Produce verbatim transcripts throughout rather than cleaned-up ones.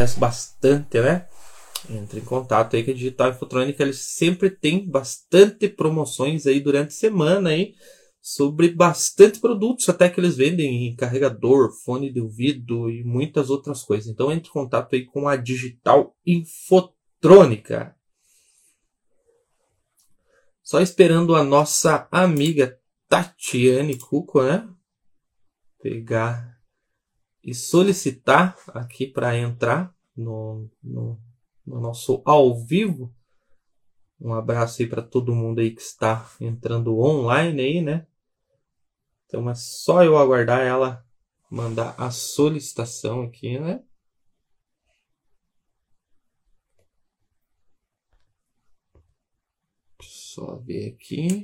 acontece bastante, né? Entre em contato aí que a Digital Infotrônica, eles sempre tem bastante promoções aí durante a semana aí, sobre bastante produtos até que eles vendem, carregador, fone de ouvido e muitas outras coisas. Então entre em contato aí com a Digital Infotrônica. Só esperando a nossa amiga Tatiane Cuco, né? Pegar e solicitar aqui para entrar no, no, no nosso ao vivo. Um abraço aí para todo mundo aí que está entrando online aí, né? Então é só eu aguardar ela mandar a solicitação aqui, né? Só ver aqui.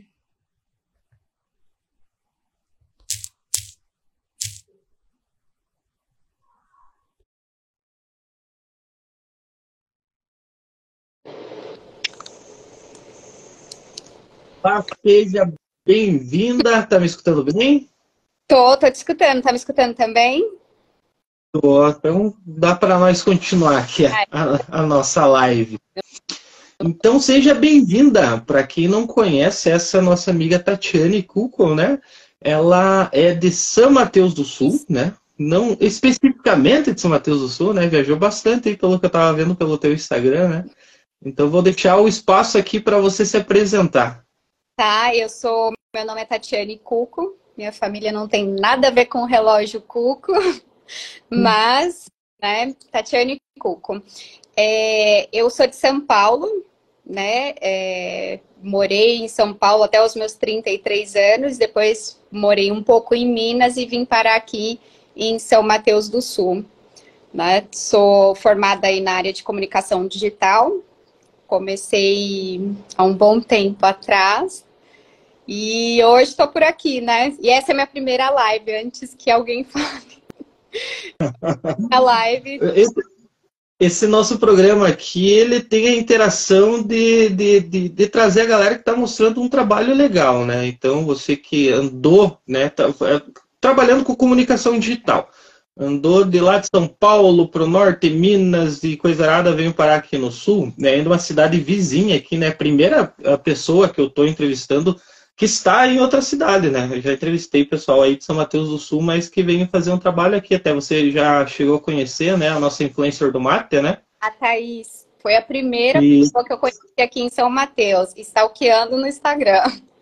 Ah, seja bem-vinda. Tá me escutando bem? Tô, tô te escutando. Tá me escutando também? Tô. Então dá para nós continuar aqui a, a, a nossa live. Então seja bem-vinda. Para quem não conhece, essa nossa amiga Tatiane Cuco, né? Ela é de São Mateus do Sul, né? Não especificamente de São Mateus do Sul, né? Viajou bastante aí pelo que eu estava vendo pelo teu Instagram, né? Então vou deixar o espaço aqui para você se apresentar. Tá, eu sou. Meu nome é Tatiane Cuco. Minha família não tem nada a ver com o relógio Cuco, mas, né? Tatiane Cuco. É, eu sou de São Paulo, né? É, morei em São Paulo até os meus trinta e três anos, depois morei um pouco em Minas e vim parar aqui em São Mateus do Sul. Né? Sou formada aí na área de comunicação digital, comecei há um bom tempo atrás e hoje estou por aqui, né? E essa é a minha primeira live, antes que alguém fale. A live. Esse, esse nosso programa aqui, ele tem a interação de, de, de, de trazer a galera que está mostrando um trabalho legal, né? Então, você que andou, né, tá, trabalhando com comunicação digital, andou de lá de São Paulo para o norte, Minas e coisa nada, veio parar aqui no sul, né, ainda uma cidade vizinha aqui, né? Primeira pessoa que eu estou entrevistando que está em outra cidade, né? Eu já entrevistei pessoal aí de São Mateus do Sul, mas que veio fazer um trabalho aqui. Até você já chegou a conhecer, né? A nossa influencer do mate, né? A Thaís foi a primeira e... pessoa que eu conheci aqui em São Mateus, stalkeando no Instagram.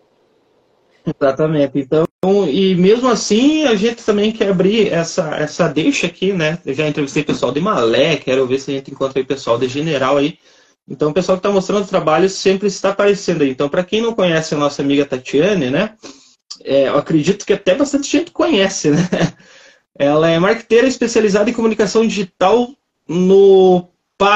Exatamente. Então, e mesmo assim, a gente também quer abrir essa, essa deixa aqui, né? Eu já entrevistei pessoal de Malé, quero ver se a gente encontra aí pessoal de General aí. Então, o pessoal que está mostrando o trabalho sempre está aparecendo aí. Então, para quem não conhece a nossa amiga Tatiane, né? É, eu acredito que até bastante gente conhece, né? Ela é marqueteira especializada em comunicação digital no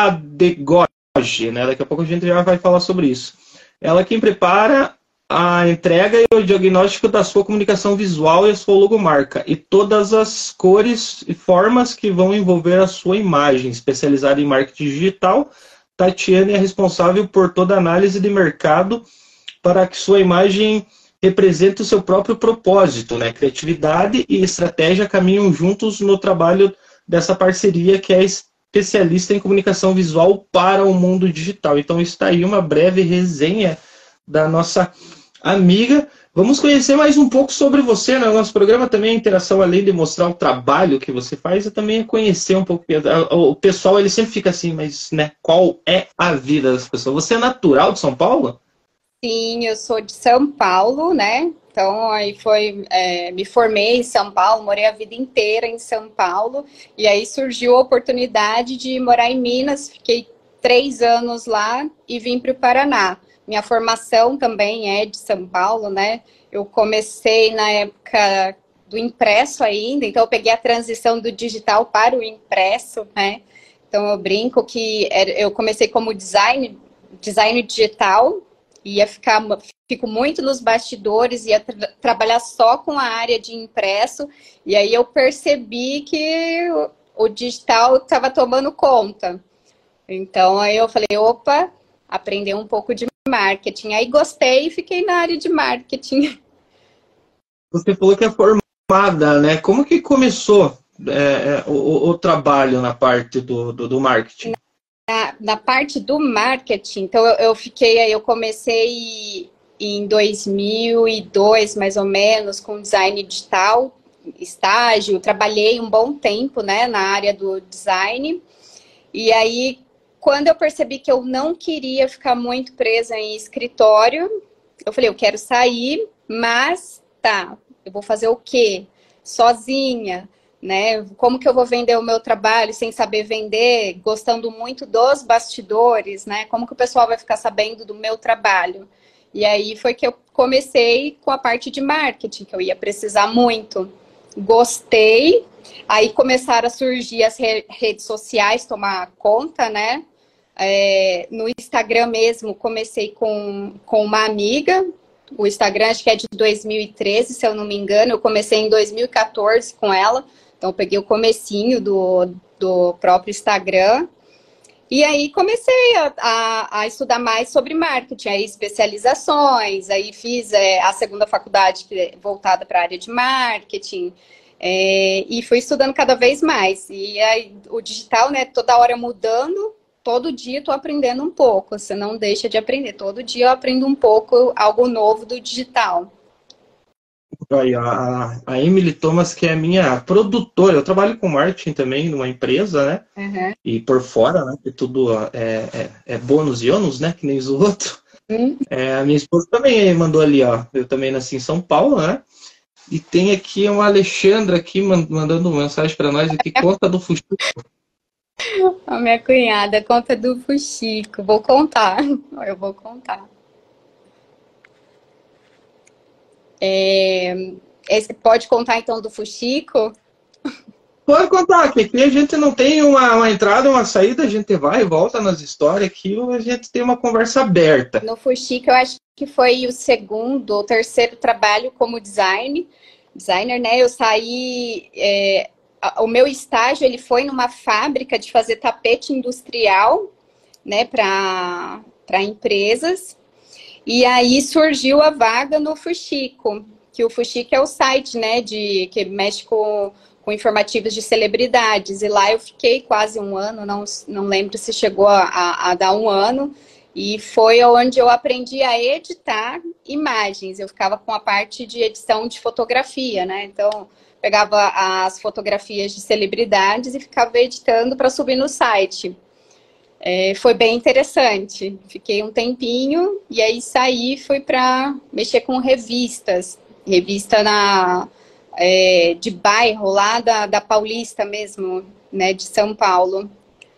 Padegoge, né? Daqui a pouco a gente já vai falar sobre isso. Ela é quem prepara a entrega e o diagnóstico da sua comunicação visual e a sua logomarca, e todas as cores e formas que vão envolver a sua imagem. Especializada em marketing digital, Tatiane é responsável por toda a análise de mercado para que sua imagem represente o seu próprio propósito, né? Criatividade e estratégia caminham juntos no trabalho dessa parceria que é especialista em comunicação visual para o mundo digital. Então está aí uma breve resenha da nossa amiga. Vamos conhecer mais um pouco sobre você, né? O nosso programa também é interação, além de mostrar o trabalho que você faz, é também conhecer um pouco. O pessoal, ele sempre fica assim, mas, né, qual é a vida das pessoas? Você é natural de São Paulo? Sim, eu sou de São Paulo, né? Então, aí foi, é, me formei em São Paulo, morei a vida inteira em São Paulo, e aí surgiu a oportunidade de morar em Minas, fiquei três anos lá e vim para o Paraná. Minha formação também é de São Paulo, né? Eu comecei na época do impresso ainda, então eu peguei a transição do digital para o impresso, né? Então eu brinco que eu comecei como design, design digital, ia ficar, fico muito nos bastidores, ia tra trabalhar só com a área de impresso, e aí eu percebi que o, o digital estava tomando conta. Então aí eu falei, opa, aprender um pouco de marketing. Aí gostei e fiquei na área de marketing. Você falou que é formada, né? Como que começou é, o, o trabalho na parte do, do, do marketing? Na, na parte do marketing, então eu, eu fiquei aí, eu comecei em dois mil e dois, mais ou menos, com design digital, estágio, trabalhei um bom tempo, né, na área do design, e aí, quando eu percebi que eu não queria ficar muito presa em escritório, eu falei, eu quero sair, mas, tá, eu vou fazer o quê? Sozinha, né? Como que eu vou vender o meu trabalho sem saber vender, gostando muito dos bastidores, né? Como que o pessoal vai ficar sabendo do meu trabalho? E aí foi que eu comecei com a parte de marketing, que eu ia precisar muito. Gostei, aí começaram a surgir as re redes sociais, tomar conta, né? É, no Instagram mesmo, comecei com, com uma amiga. O Instagram acho que é de dois mil e treze, se eu não me engano. Eu comecei em dois mil e quatorze com ela. Então, eu peguei o comecinho do, do próprio Instagram. E aí, comecei a, a, a estudar mais sobre marketing, aí especializações. Aí, fiz é, a segunda faculdade voltada para a área de marketing. É, e fui estudando cada vez mais. E aí, o digital, né, toda hora mudando. Todo dia estou aprendendo um pouco. Você não deixa de aprender. Todo dia eu aprendo um pouco, algo novo do digital. Aí, a, a Emily Thomas, que é a minha produtora, eu trabalho com marketing também numa empresa, né? Uhum. E por fora, né? Que tudo é, é, é bônus e ônus, né? Que nem os outros. Uhum. É, a minha esposa também mandou ali, ó. Eu também nasci em São Paulo, né? E tem aqui uma Alexandra aqui mandando mensagem para nós aqui, conta do Fuxico. A minha cunhada, conta do Fuxico. Vou contar. Eu vou contar. É, pode contar então do Fuxico? Pode contar, que aqui a gente não tem uma, uma entrada, uma saída, a gente vai e volta nas histórias, aqui a gente tem uma conversa aberta. No Fuxico, eu acho que foi o segundo ou terceiro trabalho como design, designer, né? Eu saí... É, o meu estágio, ele foi numa fábrica de fazer tapete industrial, né, para para empresas. E aí surgiu a vaga no Fuxico, que o Fuxico é o site, né, de, que mexe com, com informativos de celebridades. E lá eu fiquei quase um ano, não, não lembro se chegou a, a, a dar um ano. E foi onde eu aprendi a editar imagens. Eu ficava com a parte de edição de fotografia, né? Então, pegava as fotografias de celebridades e ficava editando para subir no site. É, foi bem interessante. Fiquei um tempinho e aí saí e fui para mexer com revistas. Revista na, é, de bairro, lá da, da Paulista mesmo, né, de São Paulo.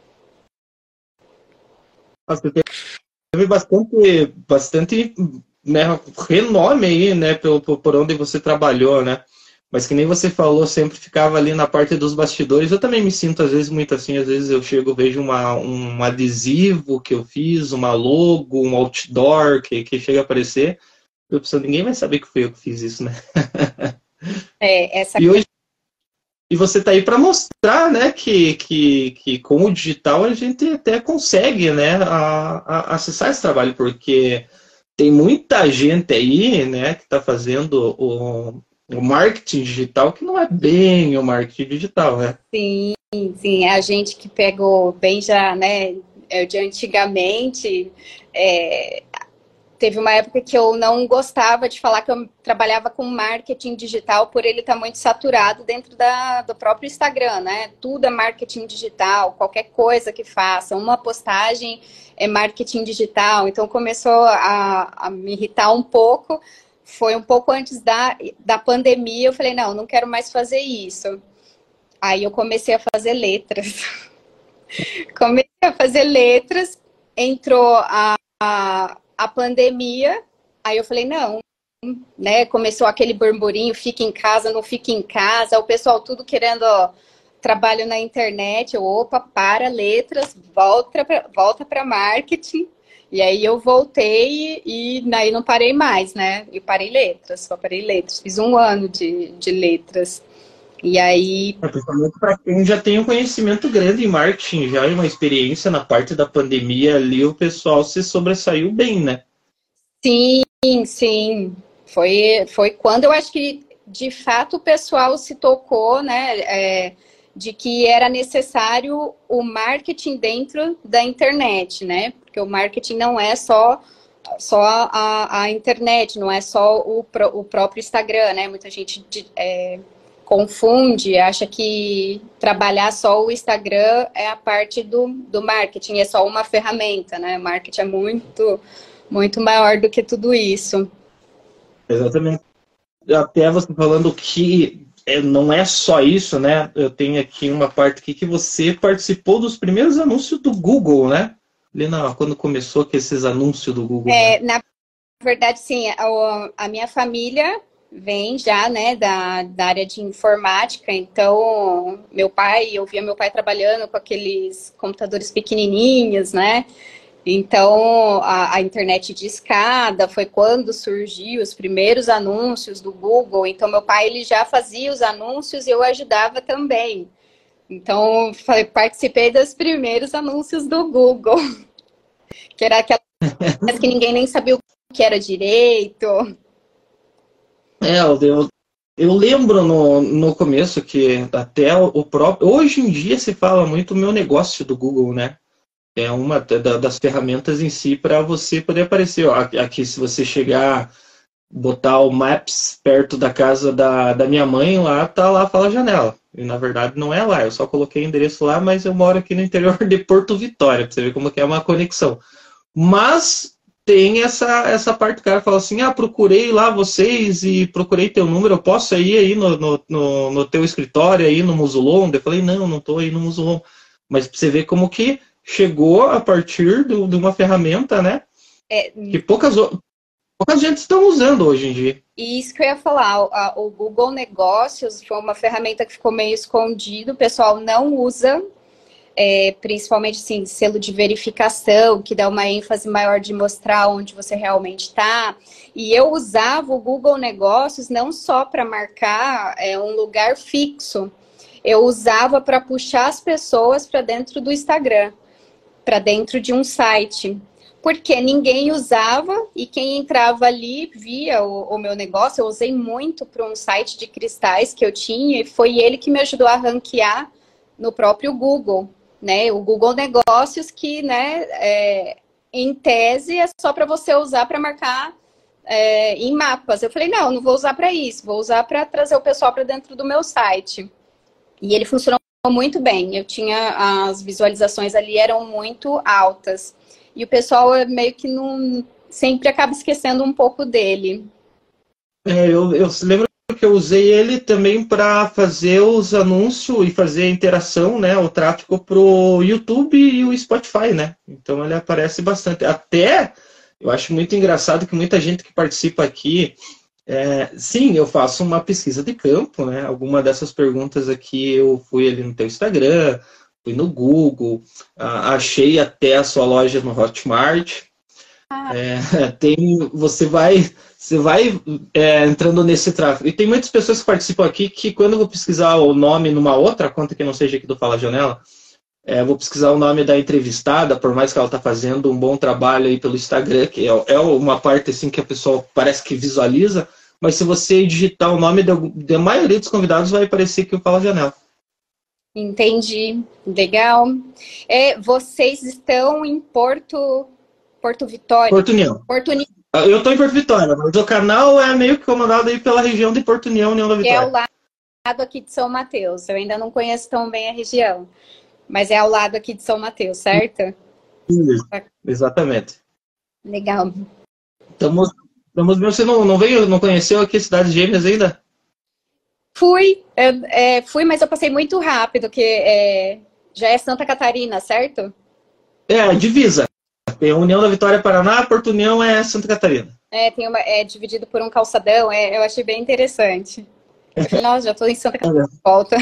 Você teve bastante, bastante né, renome aí, né, por, por onde você trabalhou, né? Mas que nem você falou, sempre ficava ali na parte dos bastidores. Eu também me sinto, às vezes, muito assim. Às vezes eu chego, vejo uma, um adesivo que eu fiz, uma logo, um outdoor que, que chega a aparecer. Eu penso, ninguém vai saber que fui eu que fiz isso, né? É, essa... E, hoje, e você está aí para mostrar, né, que, que, que com o digital a gente até consegue, né, a, a acessar esse trabalho, porque tem muita gente aí, né, que está fazendo o... o marketing digital, que não é bem o marketing digital, né? Sim, sim. É a gente que pegou bem já, né, de antigamente. É, teve uma época que eu não gostava de falar que eu trabalhava com marketing digital por ele estar muito saturado dentro da, do próprio Instagram, né? Tudo é marketing digital, qualquer coisa que faça, uma postagem é marketing digital. Então começou a, a me irritar um pouco. Foi um pouco antes da, da pandemia, eu falei, não, não quero mais fazer isso. Aí eu comecei a fazer letras. Comecei a fazer letras, entrou a, a, a pandemia, aí eu falei, não, né? Começou aquele burburinho, fica em casa, não fica em casa, o pessoal tudo querendo ó, trabalho na internet. Eu, opa, para letras, volta para volta para marketing. E aí eu voltei e aí não parei mais, né? Eu parei letras, só parei letras. Fiz um ano de, de letras. E aí... É, principalmente para quem já tem um conhecimento grande em marketing, já uma experiência na parte da pandemia ali, o pessoal se sobressaiu bem, né? Sim, sim. Foi, foi quando eu acho que, de fato, o pessoal se tocou, né? É, de que era necessário o marketing dentro da internet, né? Porque o marketing não é só, só a, a internet, não é só o, o próprio Instagram, né? Muita gente é, confunde, acha que trabalhar só o Instagram é a parte do, do marketing, é só uma ferramenta, né? O marketing é muito, muito maior do que tudo isso. Exatamente. Até você falando que não é só isso, né? Eu tenho aqui uma parte aqui que você participou dos primeiros anúncios do Google, né? Ali na, quando começou com esses anúncios do Google. É, né? Na verdade, sim, a, a minha família vem já, né, da, da área de informática, então meu pai, eu via meu pai trabalhando com aqueles computadores pequenininhos, né? Então, a, a internet de escada foi quando surgiu os primeiros anúncios do Google. Então, meu pai ele já fazia os anúncios e eu ajudava também. Então, falei, participei dos primeiros anúncios do Google, que era aquelas que ninguém nem sabia o que era direito. É, eu, eu lembro no, no começo que até o próprio... Hoje em dia se fala muito o meu negócio do Google, né? É uma das ferramentas em si para você poder aparecer. Ó, aqui, se você chegar, botar o Maps perto da casa da, da minha mãe, lá tá lá, fala janela. E na verdade não é lá, eu só coloquei o endereço lá, mas eu moro aqui no interior de Porto Vitória, para você ver como que é uma conexão. Mas tem essa, essa parte, o cara fala assim, ah, procurei lá vocês e procurei teu número, eu posso ir aí no, no, no, no teu escritório, aí no Musulon? Eu falei, não, não tô aí no Musulon. Mas pra você ver como que chegou a partir do, de uma ferramenta, né? É, que poucas, poucas gente estão usando hoje em dia. Isso que eu ia falar, a, o Google Negócios foi uma ferramenta que ficou meio escondido, o pessoal não usa, é, principalmente assim, selo de verificação, que dá uma ênfase maior de mostrar onde você realmente está. E eu usava o Google Negócios não só para marcar é, um lugar fixo, eu usava para puxar as pessoas para dentro do Instagram, para dentro de um site, porque ninguém usava e quem entrava ali via o, o meu negócio. Eu usei muito para um site de cristais que eu tinha e foi ele que me ajudou a ranquear no próprio Google, né? O Google Negócios que, né, é, em tese é só para você usar para marcar é, em mapas. Eu falei, não, não vou usar para isso, vou usar para trazer o pessoal para dentro do meu site. E ele funcionou muito bem. Eu tinha, as visualizações ali eram muito altas. E o pessoal meio que não, sempre acaba esquecendo um pouco dele. É, eu, eu lembro que eu usei ele também para fazer os anúncios e fazer a interação, né, o tráfego para o YouTube e o Spotify, né? Então ele aparece bastante. Até, eu acho muito engraçado que muita gente que participa aqui, é, sim, eu faço uma pesquisa de campo, né? Alguma dessas perguntas aqui eu fui ali no teu Instagram, fui no Google, ah, achei até a sua loja no Hotmart. Ah. É, tem, você vai, você vai é, entrando nesse tráfego. E tem muitas pessoas que participam aqui que quando eu vou pesquisar o nome numa outra conta que não seja aqui do Fala Janela, é, vou pesquisar o nome da entrevistada, por mais que ela está fazendo um bom trabalho aí pelo Instagram, que é, é uma parte assim que a pessoa parece que visualiza, mas se você digitar o nome da, da maioria dos convidados, vai aparecer que o Fala Janela. Entendi, legal. É, vocês estão em Porto, Porto Vitória? Porto União. Porto União. Eu estou em Porto Vitória, mas o canal é meio que comandado aí pela região de Porto União, União da Vitória. Que é ao lado aqui de São Mateus. Eu ainda não conheço tão bem a região, mas é ao lado aqui de São Mateus, certo? Isso, exatamente. Legal. Estamos, estamos, você não, não veio, não conheceu aqui Cidades Gêmeas ainda? Fui, eu, é, fui, mas eu passei muito rápido, que é, já é Santa Catarina, certo? É, divisa. Tem a União da Vitória Paraná, Porto União é Santa Catarina. É, tem uma, é dividido por um calçadão, é, eu achei bem interessante. Eu falei, nossa, já estou em Santa Catarina de volta.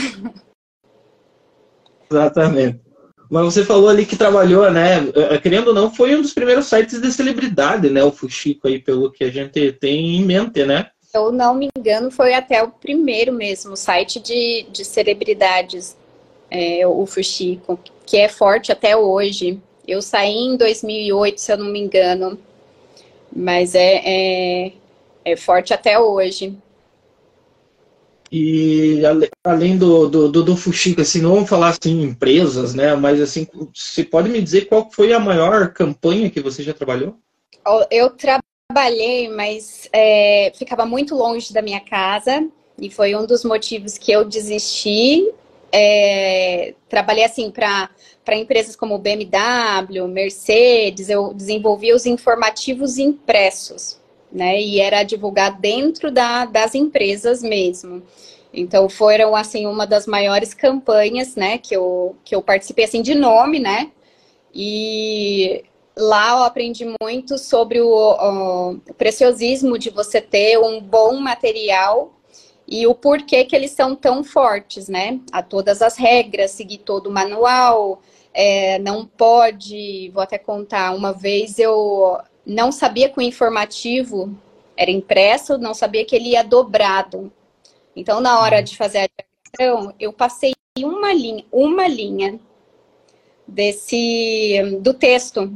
Exatamente. Mas você falou ali que trabalhou, né? Querendo ou não, foi um dos primeiros sites de celebridade, né? O Fuxico aí, pelo que a gente tem em mente, né? Se eu não me engano, foi até o primeiro mesmo site de, de celebridades, é, o Fuxico, que é forte até hoje. Eu saí em dois mil e oito, se eu não me engano, mas é, é, é forte até hoje. E além do, do, do, do Fuxico, assim, não vamos falar assim empresas, né? Mas assim, você pode me dizer qual foi a maior campanha que você já trabalhou? Eu trabalhei, mas é, ficava muito longe da minha casa e foi um dos motivos que eu desisti. É, trabalhei assim para para empresas como B M W, Mercedes. Eu desenvolvia os informativos impressos, né? E era divulgado dentro da, das empresas mesmo. Então foram assim uma das maiores campanhas, né? Que eu que eu participei assim de nome, né? E lá eu aprendi muito sobre o, o preciosismo de você ter um bom material e o porquê que eles são tão fortes, né? A todas as regras, seguir todo o manual, é, não pode... Vou até contar, uma vez eu não sabia que o informativo era impresso, não sabia que ele ia dobrado. Então, na hora de fazer a diagramação, eu passei uma linha, uma linha desse, do texto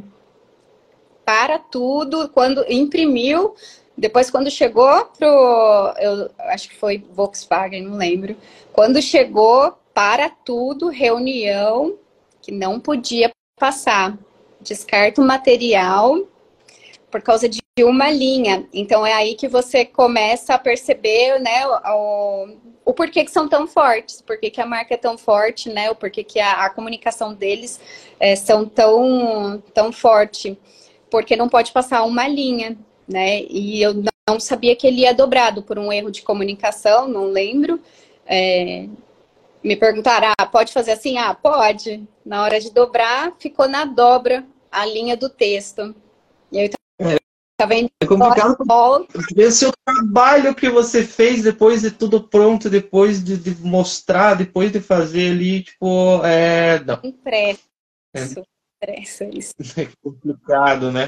para tudo, quando imprimiu... Depois, quando chegou pro... Eu acho que foi Volkswagen, não lembro. Quando chegou para tudo, reunião, que não podia passar. Descarta o material por causa de uma linha. Então, é aí que você começa a perceber, né, o, o porquê que são tão fortes, por que a marca é tão forte, né, o porquê que a, a comunicação deles é, são tão, tão forte. Porque não pode passar uma linha. Né? E eu não sabia que ele ia dobrado por um erro de comunicação, não lembro. É, me perguntaram, ah, pode fazer assim? Ah, pode. Na hora de dobrar, ficou na dobra a linha do texto. E eu estava indo... É complicado ver o seu trabalho que você fez depois de tudo pronto, depois de, de mostrar, depois de fazer ali, tipo, é... Não. Impresso. É. Impresso, isso. É complicado, né?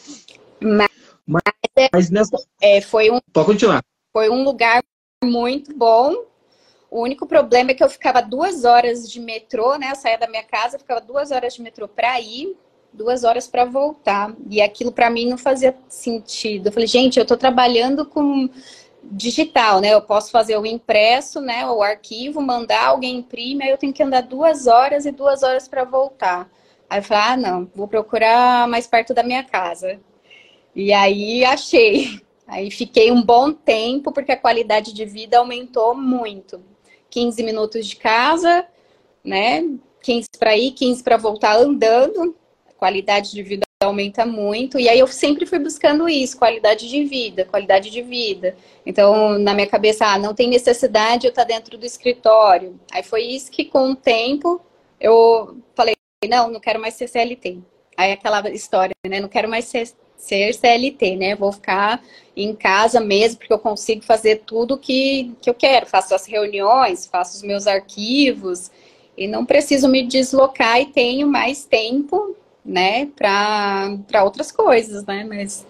Mas Mas, mas nessa... é, foi um, Pode continuar. Foi um lugar muito bom. O único problema é que eu ficava duas horas de metrô, né? Eu saía da minha casa, ficava duas horas de metrô para ir, duas horas para voltar. E aquilo para mim não fazia sentido. Eu falei, gente, eu estou trabalhando com digital, né? Eu posso fazer o impresso, né? O arquivo, mandar, alguém imprime, aí eu tenho que andar duas horas e duas horas para voltar. Aí eu falei, ah, não, vou procurar mais perto da minha casa. E aí achei. Aí fiquei um bom tempo, porque a qualidade de vida aumentou muito. quinze minutos de casa, né? quinze para ir, quinze para voltar andando. A qualidade de vida aumenta muito. E aí eu sempre fui buscando isso, qualidade de vida, qualidade de vida. Então, na minha cabeça, ah, não tem necessidade eu estar dentro do escritório. Aí foi isso que, com o tempo, eu falei, não, não quero mais ser C L T. Aí aquela história, né? Não quero mais ser... ser C L T, né? Vou ficar em casa mesmo, porque eu consigo fazer tudo que, que eu quero. Faço as reuniões, faço os meus arquivos e não preciso me deslocar e tenho mais tempo, né, para outras coisas, né? Mas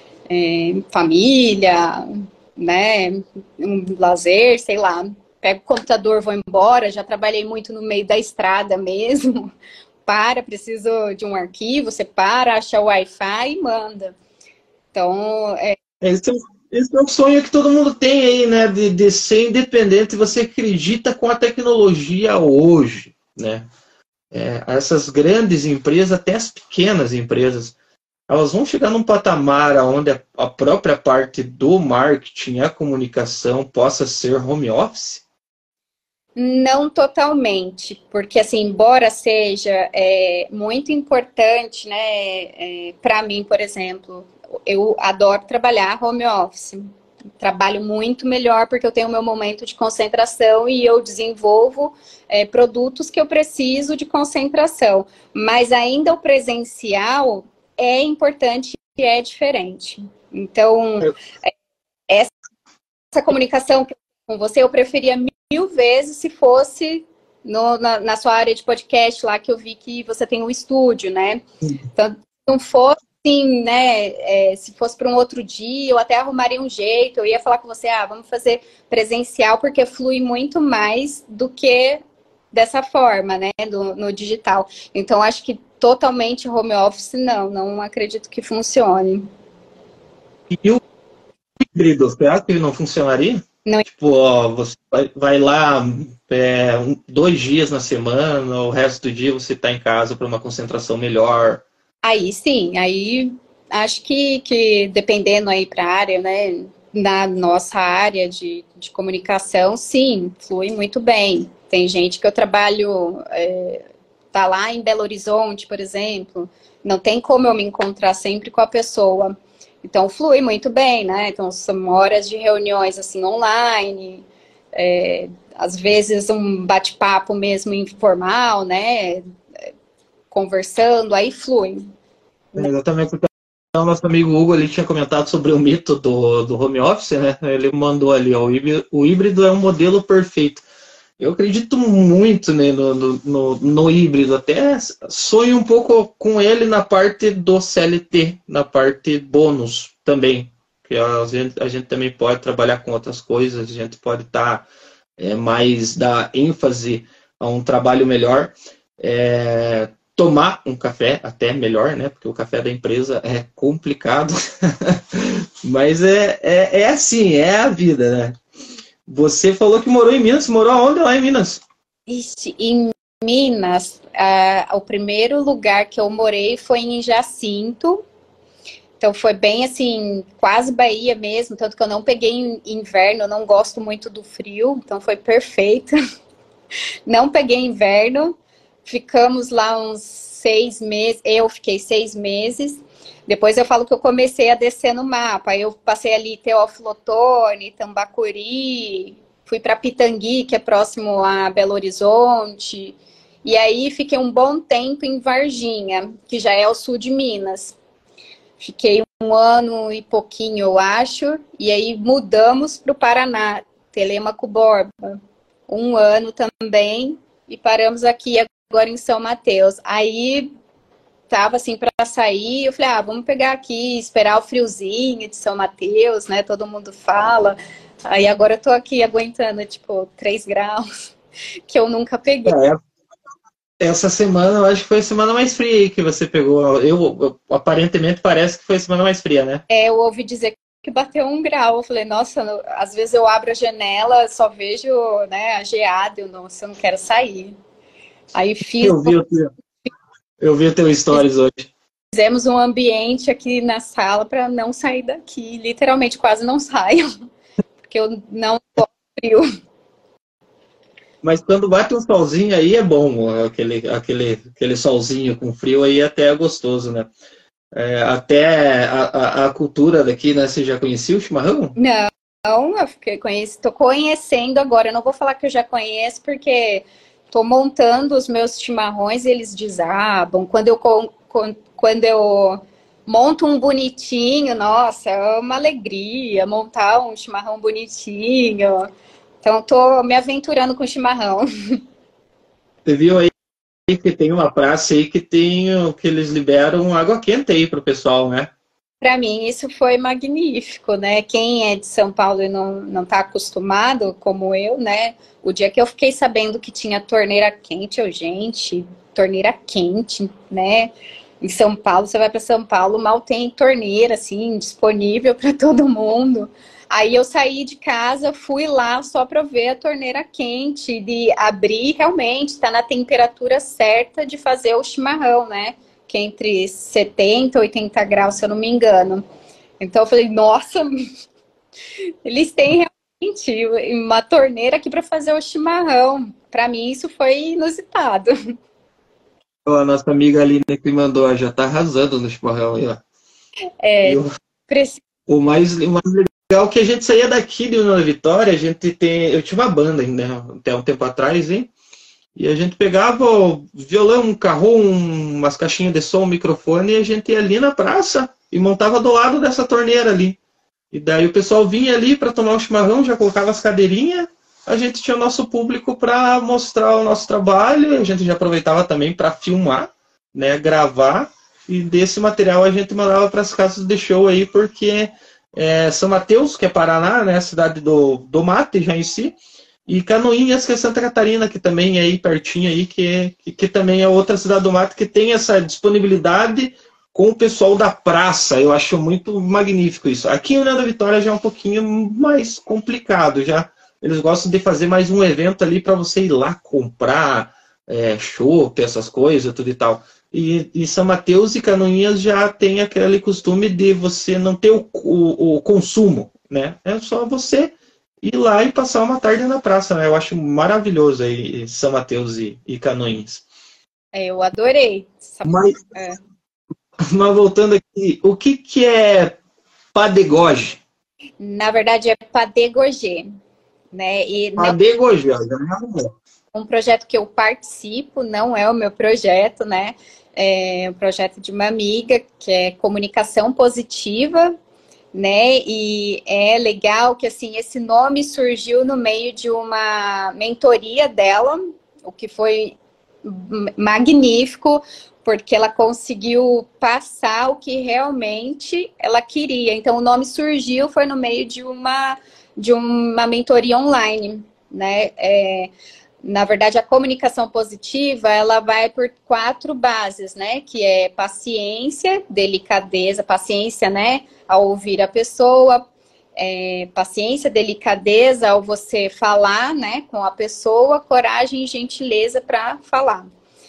é, família, né, um lazer, sei lá. Pego o computador, vou embora. Já trabalhei muito no meio da estrada mesmo. Para, preciso de um arquivo, você para, acha o Wi-Fi e manda. Então, é... Esse, é, esse é um sonho que todo mundo tem aí, né? De, de ser independente. Você acredita com a tecnologia hoje, né? É, essas grandes empresas, até as pequenas empresas, elas vão chegar num patamar onde a, a própria parte do marketing, a comunicação, possa ser home office? Não totalmente, porque assim, embora seja é, muito importante, né, é, para mim, por exemplo, eu adoro trabalhar home office, trabalho muito melhor porque eu tenho o meu momento de concentração e eu desenvolvo é, produtos que eu preciso de concentração, mas ainda o presencial é importante e é diferente. Então, essa, essa comunicação com você, eu preferia mil vezes se fosse no, na, na sua área de podcast lá, que eu vi que você tem um estúdio, né? Então, se não fosse assim, né? É, se fosse para um outro dia, eu até arrumaria um jeito, eu ia falar com você, ah, vamos fazer presencial, porque flui muito mais do que dessa forma, né? Do, no digital. Então, acho que totalmente home office, não, não acredito que funcione. E o híbrido, você acha que ele não funcionaria? Não. Tipo, ó, você vai, vai lá é, um, dois dias na semana, o resto do dia você está em casa para uma concentração melhor. Aí sim, aí acho que, que dependendo aí para a área, né, na nossa área de, de comunicação, sim, flui muito bem. Tem gente que eu trabalho, é, tá lá em Belo Horizonte, por exemplo, não tem como eu me encontrar sempre com a pessoa. Então flui muito bem, né? Então são horas de reuniões assim online, é, às vezes um bate-papo mesmo informal, né? Conversando, aí flui. É, exatamente, porque o nosso amigo Hugo ali tinha comentado sobre o mito do, do home office, né? Ele mandou ali, ó, o híbrido, o híbrido é um modelo perfeito. Eu acredito muito, né, no, no, no, no híbrido, até sonho um pouco com ele na parte do C L T, na parte bônus também, que a gente, a gente também pode trabalhar com outras coisas, a gente pode estar tá, é, mais dar ênfase a um trabalho melhor, é, tomar um café até melhor, né, porque o café da empresa é complicado, mas é, é, é assim, é a vida, né. Você falou que morou em Minas. Você morou aonde lá em Minas? Ixi, em Minas, uh, o primeiro lugar que eu morei foi em Jacinto. Então foi bem assim, quase Bahia mesmo. Tanto que eu não peguei inverno, eu não gosto muito do frio. Então foi perfeito. Não peguei inverno. Ficamos lá uns seis meses. Eu fiquei seis meses. Depois eu falo que eu comecei a descer no mapa. Eu passei ali Teófilo Otoni, Tambacuri, fui para Pitangui, que é próximo a Belo Horizonte. E aí fiquei um bom tempo em Varginha, que já é o sul de Minas. Fiquei um ano e pouquinho, eu acho. E aí mudamos para o Paraná, Telêmaco Borba. Um ano também. E paramos aqui agora em São Mateus. Aí tava assim para sair, eu falei, ah, vamos pegar aqui, esperar o friozinho de São Mateus, né? Todo mundo fala. Aí agora eu tô aqui aguentando, tipo, três graus, que eu nunca peguei. É, essa semana, eu acho que foi a semana mais fria aí que você pegou. Eu, eu aparentemente parece que foi a semana mais fria, né? É, eu ouvi dizer que bateu um grau. Eu falei, nossa, no, às vezes eu abro a janela, só vejo, né, a geada, eu, nossa, eu não quero sair. Aí fiz... Eu vi o teu, eu vi o teu stories hoje. Fizemos um ambiente aqui na sala para não sair daqui. Literalmente, quase não saio. Porque eu não gosto de frio. Mas quando bate um solzinho aí é bom. Aquele, aquele, aquele solzinho com frio aí até é gostoso, né? É, até a, a, a cultura daqui, né? Você já conhecia o chimarrão? Não, eu fiquei conhecendo, tô conhecendo agora. Eu não vou falar que eu já conheço, porque tô montando os meus chimarrões e eles desabam. Quando eu, quando eu monto um bonitinho, nossa, é uma alegria montar um chimarrão bonitinho. Então, tô me aventurando com chimarrão. Você viu aí que tem uma praça aí que tem que eles liberam água quente aí pro pessoal, né? Para mim, isso foi magnífico, né? Quem é de São Paulo e não, não tá acostumado, como eu, né? O dia que eu fiquei sabendo que tinha torneira quente, eu, gente, torneira quente, né? Em São Paulo, você vai para São Paulo, mal tem torneira, assim, disponível para todo mundo. Aí eu saí de casa, fui lá só para ver a torneira quente, de abrir realmente, está na temperatura certa de fazer o chimarrão, né? Que é entre setenta e oitenta graus, se eu não me engano. Então eu falei, nossa, eles têm realmente uma torneira aqui para fazer o chimarrão. Para mim isso foi inusitado. A nossa amiga Aline que mandou, já tá arrasando no chimarrão aí, ó. É, eu, preciso... o, mais, o mais legal é que a gente saía daqui de União da Vitória, a gente tem. Eu tinha uma banda ainda, até um tempo atrás, hein? E a gente pegava o violão, um carro, um, umas caixinhas de som, um microfone, e a gente ia ali na praça e montava do lado dessa torneira ali. E daí o pessoal vinha ali para tomar um chimarrão, já colocava as cadeirinhas, a gente tinha o nosso público para mostrar o nosso trabalho, a gente já aproveitava também para filmar, né, gravar, e desse material a gente mandava para as casas de show aí, porque é, São Mateus, que é Paraná, né, a cidade do, do mate já em si, e Canoinhas, que é Santa Catarina, que também é aí pertinho, aí, que, que, que também é outra cidade do mato que tem essa disponibilidade com o pessoal da praça. Eu acho muito magnífico isso. Aqui em União da Vitória já é um pouquinho mais complicado. Já eles gostam de fazer mais um evento ali para você ir lá comprar é, chopp, essas coisas, tudo e tal. E, e São Mateus e Canoinhas já tem aquele costume de você não ter o, o, o consumo, né? É só você ir lá e passar uma tarde na praça, né? Eu acho maravilhoso aí São Mateus e, e Canoinhas. É, eu adorei. Mas, é. mas voltando aqui, o que, que é padegoge? Na verdade é padegoger, né? E padegoger, um projeto que eu participo, não é o meu projeto, né? É um projeto de uma amiga, que é comunicação positiva, né? E é legal que, assim, esse nome surgiu no meio de uma mentoria dela, o que foi magnífico, porque ela conseguiu passar o que realmente ela queria. Então, o nome surgiu, foi no meio de uma, de uma mentoria online, né? É, na verdade, a comunicação positiva, ela vai por quatro bases, né? Que é paciência, delicadeza, paciência, né? Ao ouvir a pessoa, é, paciência, delicadeza ao você falar, né? Com a pessoa, coragem e gentileza para falar.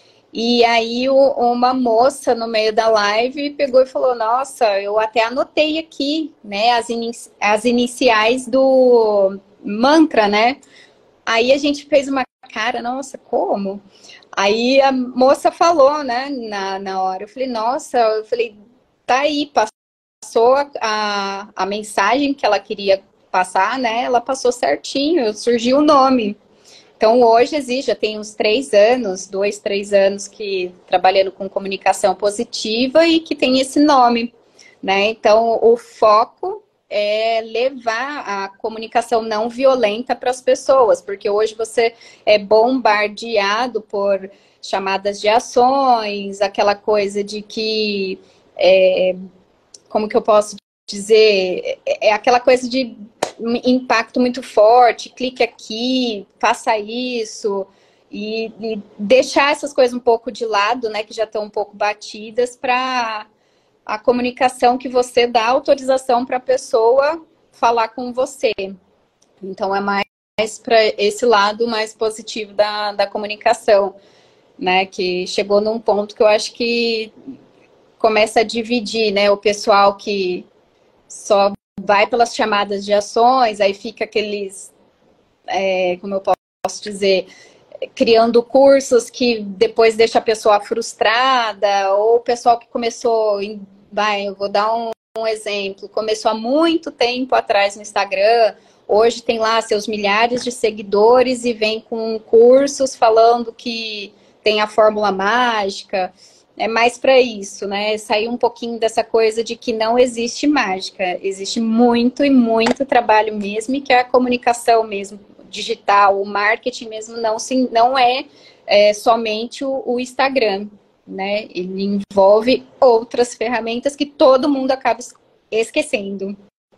E aí o, uma moça no meio da live pegou e falou, nossa, eu até anotei aqui, né? As, in, as iniciais do mantra, né? Aí a gente fez uma cara, nossa, como? Aí a moça falou, né, na, na hora, eu falei, nossa, eu falei, tá aí, passou a, a mensagem que ela queria passar, né, ela passou certinho, surgiu o nome. Então hoje existe, já tem uns três anos, dois, três anos que trabalhando com comunicação positiva e que tem esse nome, né, então o foco é levar a comunicação não violenta para as pessoas, porque hoje você é bombardeado por chamadas de ações, aquela coisa de que, é, como que eu posso dizer, é aquela coisa de impacto muito forte, clique aqui, faça isso, e, e deixar essas coisas um pouco de lado, né, que já estão um pouco batidas, para a comunicação que você dá autorização para a pessoa falar com você. Então, é mais para esse lado mais positivo da, da comunicação, né? Que chegou num ponto que eu acho que começa a dividir, né? O pessoal que só vai pelas chamadas de ações, aí fica aqueles, é, como eu posso dizer, criando cursos que depois deixa a pessoa frustrada, ou o pessoal que começou, em, vai, eu vou dar um, um exemplo, começou há muito tempo atrás no Instagram, hoje tem lá seus milhares de seguidores e vem com cursos falando que tem a fórmula mágica. É mais para isso, né? Sair um pouquinho dessa coisa de que não existe mágica, existe muito e muito trabalho mesmo, e que a comunicação mesmo digital, o marketing mesmo não, se, não é, é somente o, o Instagram, né? Ele envolve outras ferramentas que todo mundo acaba esquecendo.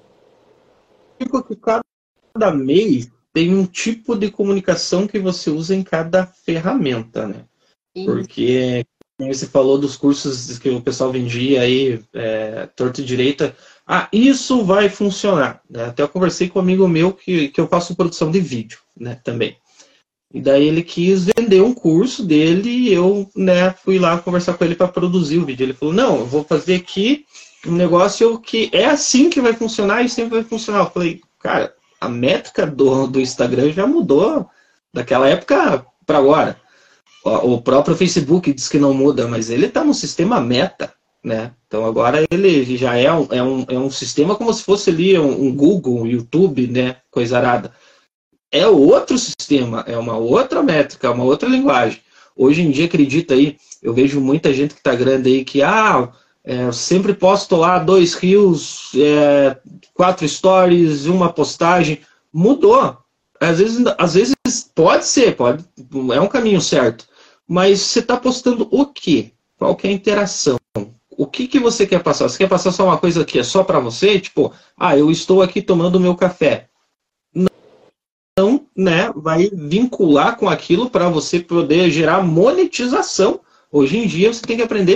Tipo que cada mês tem um tipo de comunicação que você usa em cada ferramenta, né? Sim. Porque você falou dos cursos que o pessoal vendia aí, é, torto e direita. Ah, isso vai funcionar. Né? Até eu conversei com um amigo meu que, que eu faço produção de vídeo, né, também. E daí ele quis vender um curso dele e eu, né, fui lá conversar com ele para produzir o vídeo. Ele falou, não, eu vou fazer aqui um negócio que é assim que vai funcionar e sempre vai funcionar. Eu falei, cara, a métrica do, do Instagram já mudou daquela época para agora. O próprio Facebook diz que não muda, mas ele está no sistema Meta, né? Então agora ele já é um, é um, é um sistema como se fosse ali um, um Google, um YouTube, né? Coisa arada. É outro sistema, é uma outra métrica, uma outra linguagem. Hoje em dia, acredita aí, eu vejo muita gente que está grande aí que, ah, é, eu sempre posto lá dois reels, é, quatro stories, uma postagem. Mudou. Às vezes, às vezes pode ser, pode, é um caminho certo. Mas você está postando o quê? Qual que é a interação? O que, que você quer passar? Você quer passar só uma coisa que é só para você? Tipo, ah, eu estou aqui tomando meu café. Não, né? Vai vincular com aquilo para você poder gerar monetização. Hoje em dia você tem que aprender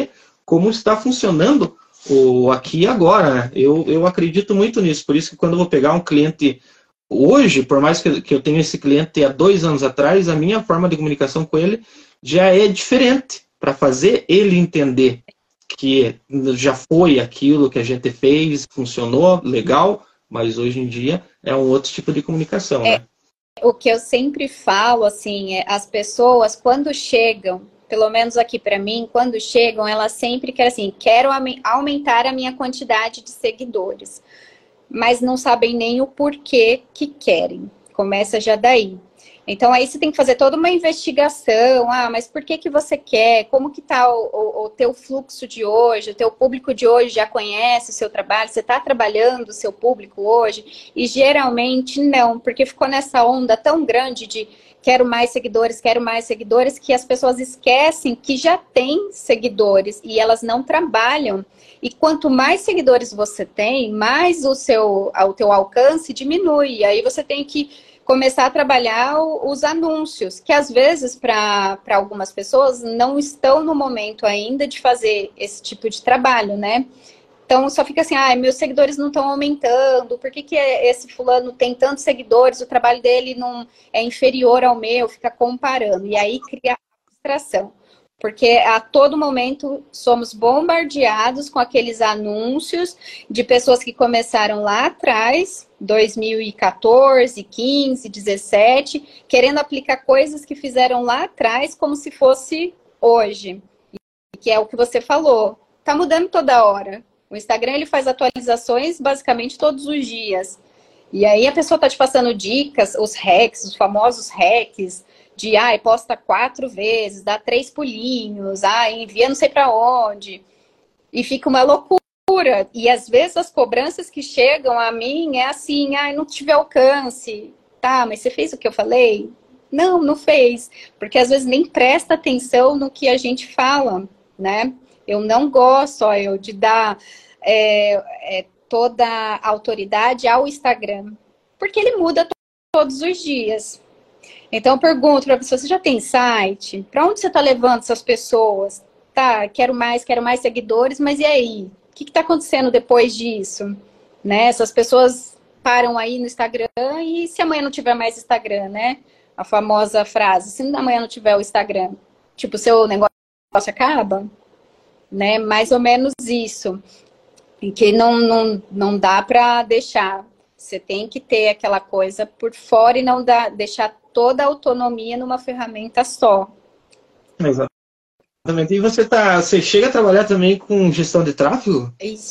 como está funcionando o aqui e agora, né? Eu, eu acredito muito nisso, por isso que quando eu vou pegar um cliente hoje, por mais que, que eu tenha esse cliente há dois anos atrás, a minha forma de comunicação com ele já é diferente, para fazer ele entender que já foi aquilo que a gente fez, funcionou, legal, mas hoje em dia é um outro tipo de comunicação, é, né? O que eu sempre falo, assim, é as pessoas, quando chegam, pelo menos aqui para mim, quando chegam, elas sempre querem assim, quero aumentar a minha quantidade de seguidores, mas não sabem nem o porquê que querem. Começa já daí. Então, aí você tem que fazer toda uma investigação. Ah, mas por que que você quer? Como que tá o, o, o teu fluxo de hoje? O teu público de hoje já conhece o seu trabalho? Você está trabalhando o seu público hoje? E geralmente não, porque ficou nessa onda tão grande de quero mais seguidores, quero mais seguidores, que as pessoas esquecem que já tem seguidores e elas não trabalham. E quanto mais seguidores você tem, mais o seu o teu alcance diminui. E aí você tem que começar a trabalhar os anúncios, que às vezes para algumas pessoas não estão no momento ainda de fazer esse tipo de trabalho, né? Então só fica assim, ah, meus seguidores não estão aumentando, por que que esse fulano tem tantos seguidores, o trabalho dele não é inferior ao meu, fica comparando. E aí cria frustração. Porque a todo momento somos bombardeados com aqueles anúncios de pessoas que começaram lá atrás, dois mil e quatorze, quinze, dezessete, querendo aplicar coisas que fizeram lá atrás como se fosse hoje. Que é o que você falou. Tá mudando toda hora. O Instagram ele faz atualizações basicamente todos os dias. E aí a pessoa tá te passando dicas, os hacks, os famosos hacks, de, ai, posta quatro vezes, dá três pulinhos, ai, envia não sei para onde. E fica uma loucura. E às vezes as cobranças que chegam a mim é assim, ai, não tive alcance. Tá, mas você fez o que eu falei? Não, não fez. Porque às vezes nem presta atenção no que a gente fala, né? Eu não gosto, ó, eu, de dar é, é, toda a autoridade ao Instagram. Porque ele muda todos os dias. Então eu pergunto para a pessoa, você já tem site? Para onde você está levando essas pessoas? Tá, quero mais, quero mais seguidores, mas e aí? O que está acontecendo depois disso? Né? Essas pessoas param aí no Instagram e se amanhã não tiver mais Instagram, né? A famosa frase, se amanhã não tiver o Instagram, tipo, seu negócio acaba? Né? Mais ou menos isso. E que não, não, não dá para deixar. Você tem que ter aquela coisa por fora e não dá, deixar toda a autonomia numa ferramenta só. Exatamente. E você, tá, você chega a trabalhar também com gestão de tráfego? Isso.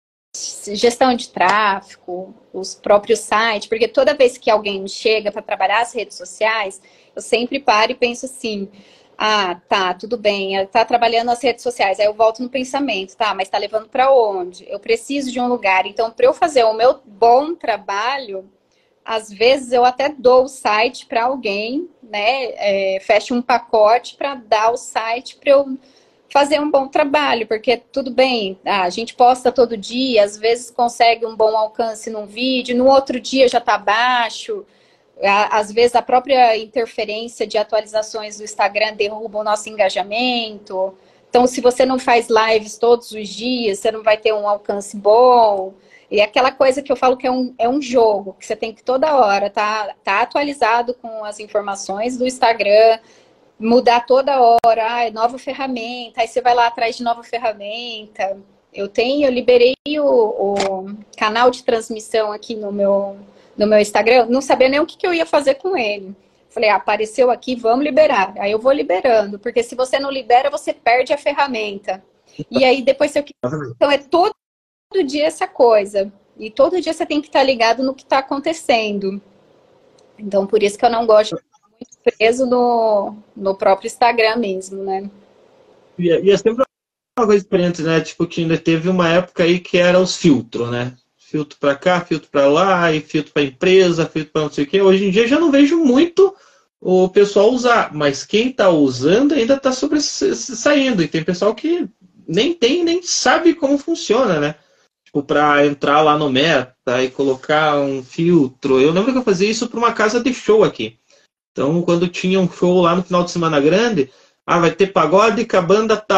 Gestão de tráfego, os próprios sites, porque toda vez que alguém chega para trabalhar as redes sociais, eu sempre paro e penso assim, ah, tá, tudo bem, tá trabalhando as redes sociais, aí eu volto no pensamento, tá, mas tá levando para onde? Eu preciso de um lugar, então para eu fazer o meu bom trabalho, às vezes eu até dou o site para alguém, né, é, fecho um pacote para dar o site para eu fazer um bom trabalho, porque tudo bem, a gente posta todo dia, às vezes consegue um bom alcance num vídeo, no outro dia já tá baixo, às vezes a própria interferência de atualizações do Instagram derruba o nosso engajamento, então se você não faz lives todos os dias, você não vai ter um alcance bom, e aquela coisa que eu falo que é um, é um jogo, que você tem que toda hora tá, tá atualizado com as informações do Instagram, mudar toda hora, ah, é nova ferramenta, aí você vai lá atrás de nova ferramenta. Eu tenho, eu liberei o, o canal de transmissão aqui no meu, no meu Instagram, não sabia nem o que, que eu ia fazer com ele. Falei, ah, apareceu aqui, vamos liberar. Aí eu vou liberando, porque se você não libera, você perde a ferramenta. E aí depois você... Então é todo dia essa coisa. E todo dia você tem que estar ligado no que está acontecendo. Então por isso que eu não gosto muito preso no, no próprio Instagram mesmo, né? E, e é sempre uma coisa diferente, né? Tipo, que ainda teve uma época aí que era os filtros, né? Filtro para cá, filtro para lá, e filtro para empresa, filtro para não sei o quê. Hoje em dia já não vejo muito o pessoal usar, mas quem está usando ainda está sobressaindo. E tem pessoal que nem tem, nem sabe como funciona, né? Tipo, para entrar lá no Meta e colocar um filtro. Eu lembro que eu fazia isso para uma casa de show aqui. Então, quando tinha um show lá no final de semana grande, ah, vai ter pagode com a banda tal.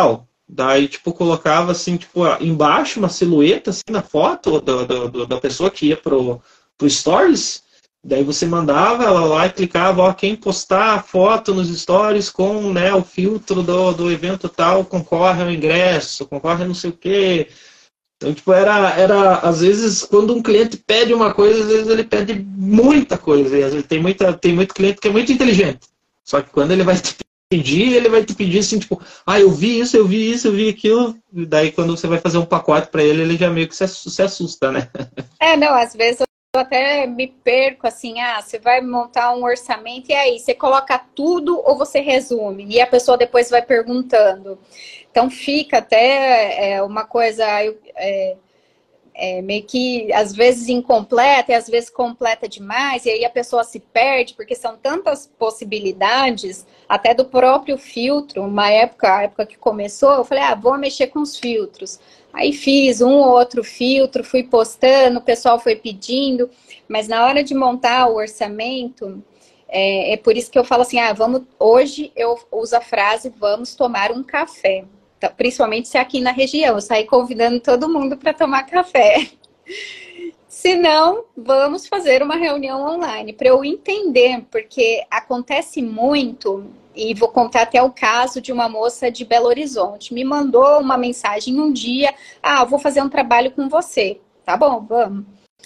Daí, tipo, colocava assim, tipo, embaixo uma silhueta assim, na foto do, do, do, da pessoa que ia pro, pro Stories. Daí você mandava ela lá e clicava, ó, quem postar a foto nos Stories com, né, o filtro do, do evento tal, concorre ao ingresso, concorre a não sei o quê. Então, tipo, era, era, às vezes, quando um cliente pede uma coisa, às vezes ele pede muita coisa. E às vezes tem, muita, tem muito cliente que é muito inteligente. Só que quando ele vai te pedir, ele vai te pedir assim, tipo, ah, eu vi isso, eu vi isso, eu vi aquilo. E daí, quando você vai fazer um pacote para ele, ele já meio que se, se assusta, né? É, não, às vezes eu até me perco, assim, ah, você vai montar um orçamento, e aí, você coloca tudo ou você resume? E a pessoa depois vai perguntando. Então, fica até é, uma coisa é, é, meio que, às vezes, incompleta, e às vezes completa demais, e aí a pessoa se perde, porque são tantas possibilidades, até do próprio filtro. Uma época, a época que começou, eu falei, ah, vou mexer com os filtros. Aí fiz um ou outro filtro, fui postando, o pessoal foi pedindo, mas na hora de montar o orçamento, é, é por isso que eu falo assim, ah, vamos, hoje eu uso a frase, vamos tomar um café. Então, principalmente se é aqui na região, eu saí convidando todo mundo para tomar café. Se não, vamos fazer uma reunião online, para eu entender, porque acontece muito, e vou contar até o caso de uma moça de Belo Horizonte. Me mandou uma mensagem um dia, ah, vou fazer um trabalho com você. Tá bom, vamos.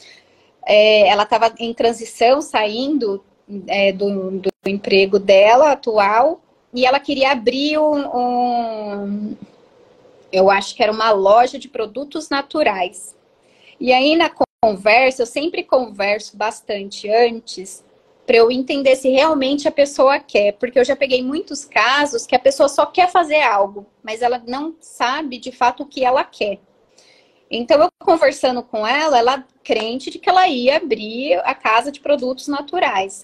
É, ela estava em transição, saindo é, do, do emprego dela atual, e ela queria abrir um, um... eu acho que era uma loja de produtos naturais. E aí, na conversa, eu sempre converso bastante antes, para eu entender se realmente a pessoa quer. Porque eu já peguei muitos casos que a pessoa só quer fazer algo, mas ela não sabe, de fato, o que ela quer. Então, eu conversando com ela, ela crente de que ela ia abrir a casa de produtos naturais.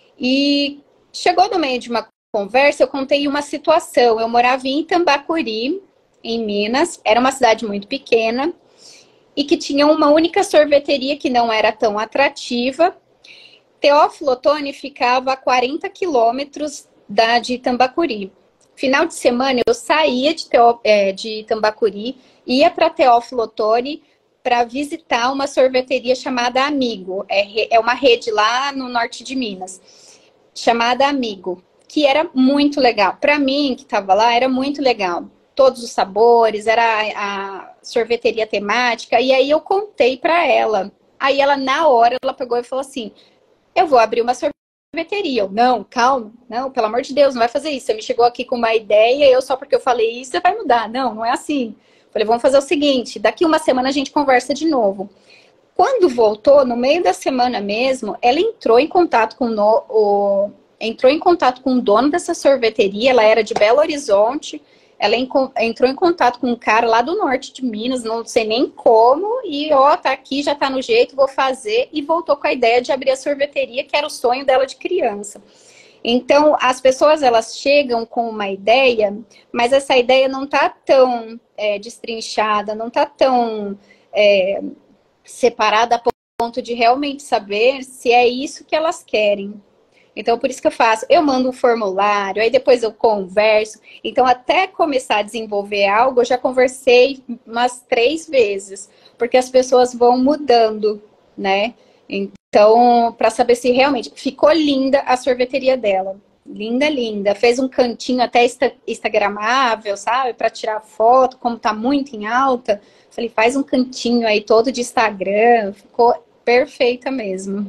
E chegou no meio de uma conversa, eu contei uma situação. Eu morava em Tambacuri, em Minas, era uma cidade muito pequena, e que tinha uma única sorveteria que não era tão atrativa. Teófilo Otoni ficava a quarenta quilômetros da, de Tambacuri. Final de semana, eu saía de, Teó, é, de Tambacuri, ia para Teófilo Otoni para visitar uma sorveteria chamada Amigo. É, é uma rede lá no norte de Minas, chamada Amigo, que era muito legal. Para mim, que estava lá, era muito legal. Todos os sabores, era a sorveteria temática, e aí eu contei para ela. Aí ela, na hora, ela pegou e falou assim, eu vou abrir uma sorveteria. Eu, não, calma, não, pelo amor de Deus, não vai fazer isso. Você me chegou aqui com uma ideia, eu só porque eu falei isso, você vai mudar. Não, não é assim. Falei, vamos fazer o seguinte, daqui uma semana a gente conversa de novo. Quando voltou, no meio da semana mesmo, ela entrou em contato com no, o, entrou em contato com o dono dessa sorveteria, ela era de Belo Horizonte. Ela entrou em contato com um cara lá do norte de Minas, não sei nem como, e ó, tá aqui, já tá no jeito, vou fazer, e voltou com a ideia de abrir a sorveteria, que era o sonho dela de criança. Então, as pessoas, elas chegam com uma ideia, mas essa ideia não tá tão é, destrinchada, não tá tão é, separada a ponto de realmente saber se é isso que elas querem. Então, por isso que eu faço, eu mando um formulário, aí depois eu converso. Então, até começar a desenvolver algo, eu já conversei umas três vezes, porque as pessoas vão mudando, né? Então, para saber se realmente ficou linda a sorveteria dela. Linda, linda. Fez um cantinho até instagramável, sabe? Para tirar foto, como tá muito em alta. Falei, faz um cantinho aí todo de Instagram. Ficou perfeita mesmo.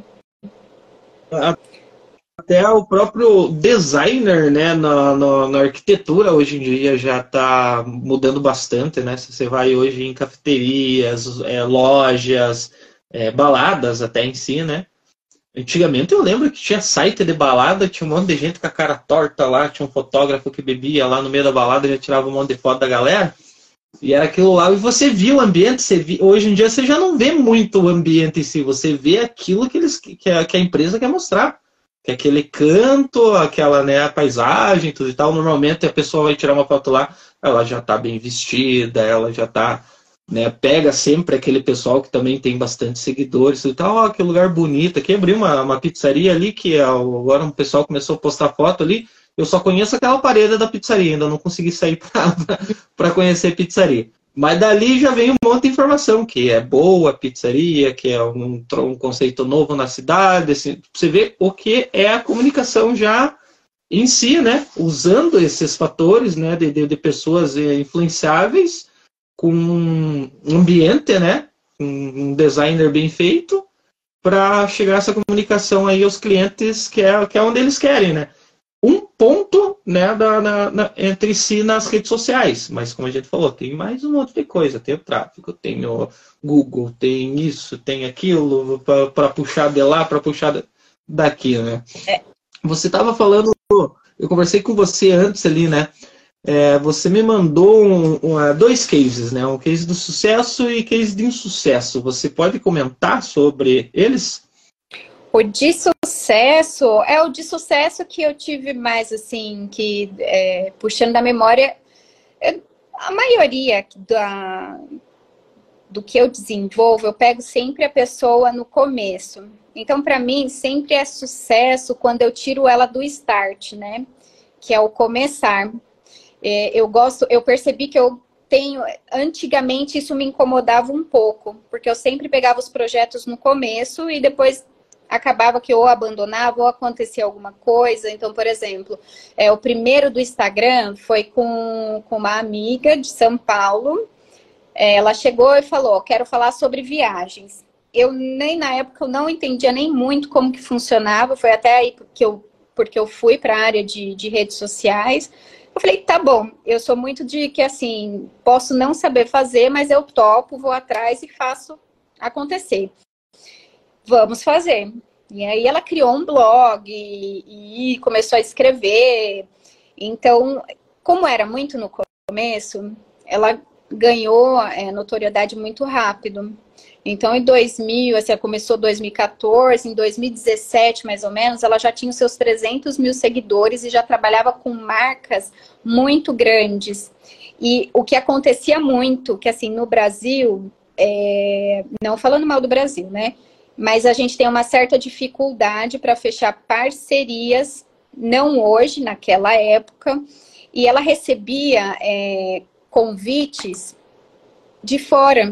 Até o próprio designer, né, na, na, na arquitetura hoje em dia já está mudando bastante, né? Se você vai hoje em cafeterias, é, lojas, é, baladas até em si, né? Antigamente eu lembro que tinha site de balada, tinha um monte de gente com a cara torta lá, tinha um fotógrafo que bebia lá no meio da balada, já tirava um monte de foto da galera. E era aquilo lá, e você via o ambiente, você via, hoje em dia você já não vê muito o ambiente em si, você vê aquilo que, eles, que, a, que a empresa quer mostrar. Que aquele canto, aquela, né, a paisagem, tudo e tal, normalmente a pessoa vai tirar uma foto lá, ela já está bem vestida, ela já está, né, pega sempre aquele pessoal que também tem bastante seguidores e tal, ó, que lugar bonito, aqui abriu uma, uma pizzaria ali, que agora um pessoal começou a postar foto ali, Eu só conheço aquela parede da pizzaria, ainda não consegui sair para conhecer pizzaria. Mas dali já vem um monte de informação, que é boa a pizzaria, que é um, um conceito novo na cidade. Assim, você vê o que é a comunicação já em si, né? Usando esses fatores, né? De, de, de pessoas influenciáveis, com um ambiente, né? Um designer bem feito, para chegar essa comunicação aí aos clientes, que é, que é onde eles querem, né? Um ponto, né, da, na, na, entre si nas redes sociais, mas como a gente falou, tem mais um monte de coisa, tem o tráfego, tem o Google, tem isso, tem aquilo, para puxar de lá, para puxar de, daqui, né? É. Você estava falando, eu conversei com você antes ali, né? É, você me mandou um, um, dois cases, né? Um case do sucesso e case de insucesso. Você pode comentar sobre eles? O de sucesso é o de sucesso que eu tive mais, assim, que é, puxando da memória, eu, a maioria da, do que eu desenvolvo, eu pego sempre a pessoa no começo. Então, para mim, sempre é sucesso quando eu tiro ela do start, né? Que é o começar. É, eu gosto, eu percebi que eu tenho, antigamente isso me incomodava um pouco, porque eu sempre pegava os projetos no começo e depois acabava que ou abandonava ou acontecia alguma coisa. Então, por exemplo, é, o primeiro do Instagram foi com, com uma amiga de São Paulo. É, ela chegou e falou, quero falar sobre viagens. Eu nem na época eu não entendia nem muito como que funcionava, foi até aí que eu, porque eu fui para a área de, de redes sociais. Eu falei, tá bom, eu sou muito de que assim, posso não saber fazer, mas eu topo, vou atrás e faço acontecer. Vamos fazer. E aí ela criou um blog e, e começou a escrever. Então, como era muito no começo, ela ganhou é, notoriedade muito rápido. Então, em dois mil, assim, começou em dois mil e quatorze, em dois mil e dezessete, mais ou menos, ela já tinha os seus trezentos mil seguidores e já trabalhava com marcas muito grandes. E o que acontecia muito, que assim, no Brasil, é... não falando mal do Brasil, né? Mas a gente tem uma certa dificuldade para fechar parcerias, não hoje, naquela época. E ela recebia é, convites de fora.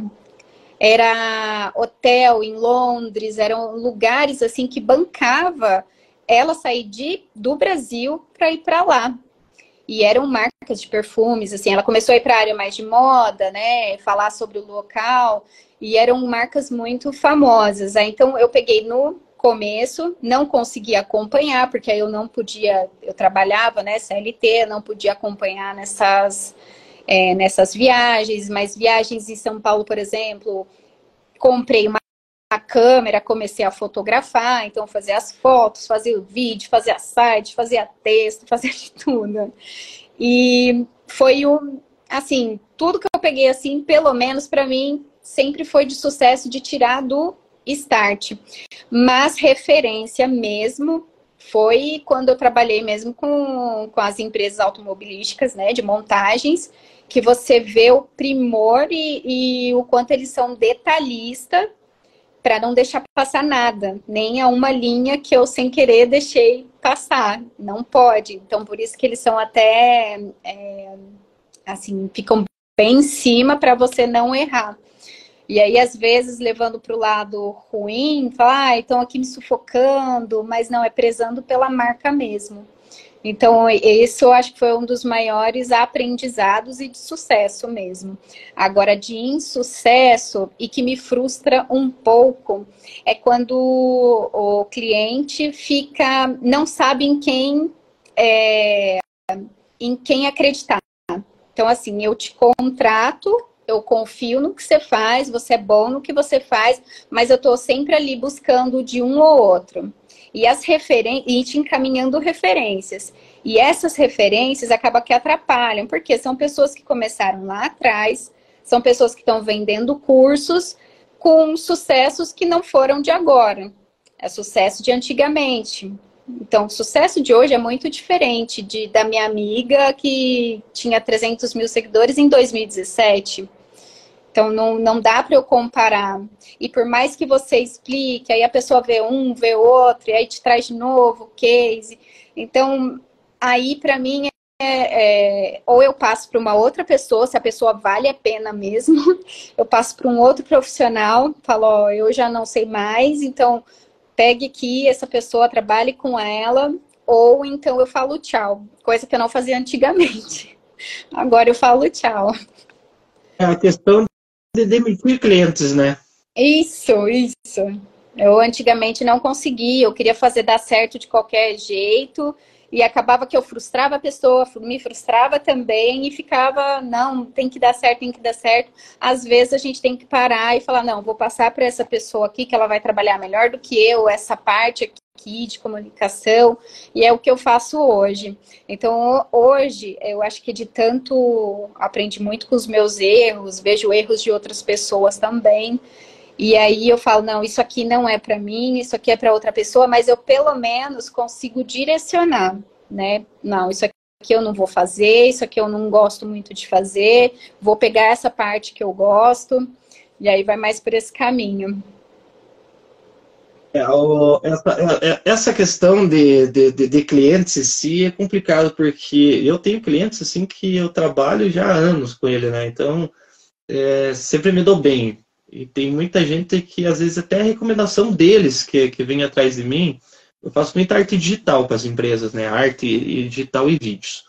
Era hotel em Londres, eram lugares assim que bancava ela sair de, do Brasil para ir para lá. E eram marcas de perfumes, assim, ela começou a ir para a área mais de moda, né, falar sobre o local, e eram marcas muito famosas. Aí, então, eu peguei no começo, não consegui acompanhar, porque aí eu não podia, eu trabalhava, né, C L T, não podia acompanhar nessas, é, nessas viagens, mas viagens em São Paulo, por exemplo, comprei uma a câmera, comecei a fotografar, então fazia as fotos, fazia o vídeo, fazia site, fazia texto, fazia de tudo. E foi um, assim, tudo que eu peguei, assim, pelo menos para mim, sempre foi de sucesso de tirar do start. Mas referência mesmo foi quando eu trabalhei mesmo com, com as empresas automobilísticas, né, de montagens, que você vê o primor e, e o quanto eles são detalhistas para não deixar passar nada, nem a uma linha que eu sem querer deixei passar, não pode. Então, por isso que eles são até, é, assim, ficam bem em cima para você não errar. E aí, às vezes, levando para o lado ruim, falar, ah, estão aqui me sufocando, mas não, é prezando pela marca mesmo. Então, esse eu acho que foi um dos maiores aprendizados e de sucesso mesmo. Agora, de insucesso e que me frustra um pouco, é quando o cliente fica, não sabe em quem, é, em quem acreditar. Então, assim, eu te contrato, eu confio no que você faz, você é bom no que você faz, mas eu estou sempre ali buscando de um ou outro. E, as referen e te encaminhando referências. E essas referências acabam que atrapalham, porque são pessoas que começaram lá atrás, são pessoas que estão vendendo cursos com sucessos que não foram de agora. É sucesso de antigamente. Então, o sucesso de hoje é muito diferente de, da minha amiga que tinha trezentos mil seguidores em dois mil e dezessete. Então, não, não dá para eu comparar. E por mais que você explique, aí a pessoa vê um, vê outro, e aí te traz de novo o case. Então, aí para mim é, é, ou eu passo para uma outra pessoa, se a pessoa vale a pena mesmo, eu passo para um outro profissional, falo, ó, eu já não sei mais, então pegue aqui essa pessoa, trabalhe com ela, ou então eu falo tchau, coisa que eu não fazia antigamente. Agora eu falo tchau. É a questão de demitir clientes, né? Isso, isso. Eu antigamente não conseguia, eu queria fazer dar certo de qualquer jeito e acabava que eu frustrava a pessoa, me frustrava também e ficava, não, tem que dar certo, tem que dar certo. Às vezes a gente tem que parar e falar, não, vou passar para essa pessoa aqui que ela vai trabalhar melhor do que eu, essa parte aqui de comunicação, e é o que eu faço hoje. Então, hoje, eu acho que de tanto aprendi muito com os meus erros, vejo erros de outras pessoas também. E aí eu falo, não, isso aqui não é para mim, isso aqui é para outra pessoa, mas eu pelo menos consigo direcionar, né? Não, isso aqui eu não vou fazer, isso aqui eu não gosto muito de fazer, vou pegar essa parte que eu gosto, e aí vai mais por esse caminho. É, o, essa, essa questão de, de, de, de clientes em si é complicado, porque eu tenho clientes assim que eu trabalho já há anos com ele, né? Então, é, sempre me dou bem. E tem muita gente que, às vezes, até a recomendação deles que, que vem atrás de mim, eu faço muita arte digital para as empresas, né? Arte e digital e vídeos.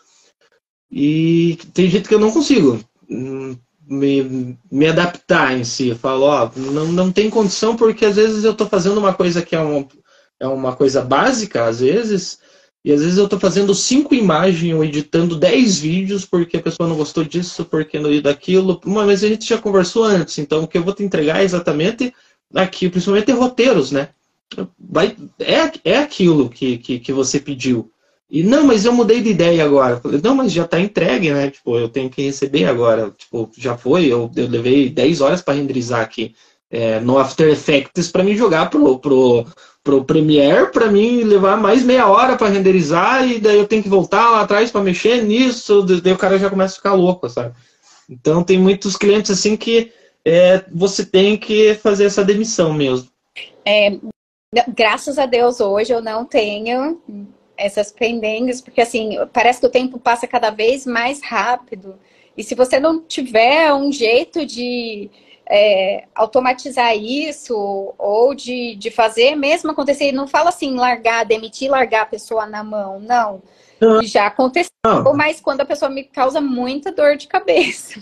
E tem gente que eu não consigo hum, me, me adaptar em si. Eu falo, ó, não, não tem condição porque, às vezes, eu estou fazendo uma coisa que é, um, é uma coisa básica, às vezes, e às vezes eu estou fazendo cinco imagens ou editando dez vídeos porque a pessoa não gostou disso, porque não daquilo. Uma vez a gente já conversou antes, então o que eu vou te entregar é exatamente aqui, principalmente roteiros, né? Vai, é, é aquilo que, que, que você pediu. E não, mas eu mudei de ideia agora. Falei, não, mas já está entregue, né? Tipo, eu tenho que receber agora. Tipo, já foi, eu, eu levei dez horas para renderizar aqui é, no After Effects para me jogar pro, pro, pro Premiere, para mim levar mais meia hora para renderizar e daí eu tenho que voltar lá atrás para mexer nisso, daí o cara já começa a ficar louco, sabe? Então tem muitos clientes assim que é, você tem que fazer essa demissão mesmo. É, graças a Deus hoje eu não tenho essas pendengas, porque assim, parece que o tempo passa cada vez mais rápido e se você não tiver um jeito de É, automatizar isso ou de, de fazer mesmo acontecer. Não fala assim, largar, demitir, largar a pessoa na mão. Não. Não. Já aconteceu, mas quando a pessoa me causa muita dor de cabeça.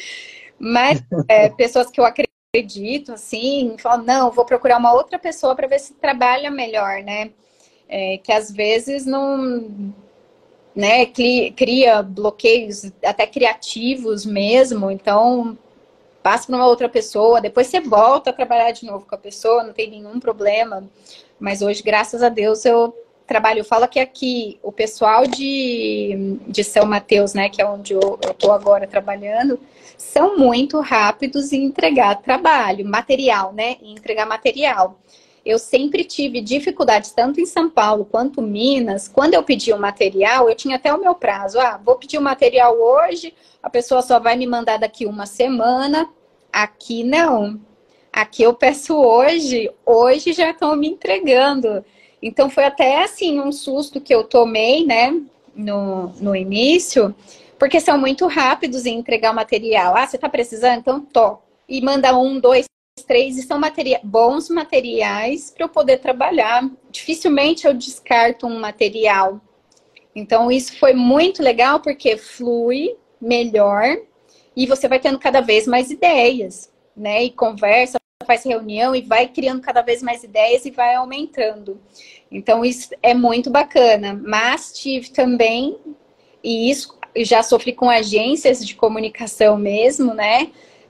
Mas é, pessoas que eu acredito, assim, falam, não, vou procurar uma outra pessoa para ver se trabalha melhor, né? É, que às vezes não... Né, cria bloqueios até criativos mesmo, então... Passa para uma outra pessoa, depois você volta a trabalhar de novo com a pessoa, não tem nenhum problema. Mas hoje, graças a Deus, eu trabalho. Eu falo que aqui, o pessoal de, de São Mateus, né, que é onde eu estou agora trabalhando, são muito rápidos em entregar trabalho, material, né, em entregar material. Eu sempre tive dificuldades, tanto em São Paulo quanto em Minas. Quando eu pedi o material, eu tinha até o meu prazo. Ah, vou pedir o material hoje, a pessoa só vai me mandar daqui uma semana. Aqui não. Aqui eu peço hoje, hoje já estão me entregando. Então foi até assim um susto que eu tomei, né, no, no início, porque são muito rápidos em entregar o material. Ah, você está precisando? Então tô. E manda um, dois, três, e são materia bons materiais para eu poder trabalhar. Dificilmente eu descarto um material. Então isso foi muito legal porque flui melhor e você vai tendo cada vez mais ideias, né? E conversa, faz reunião e vai criando cada vez mais ideias e vai aumentando. Então isso é muito bacana. Mas tive também, e isso já sofri com agências de comunicação mesmo, né?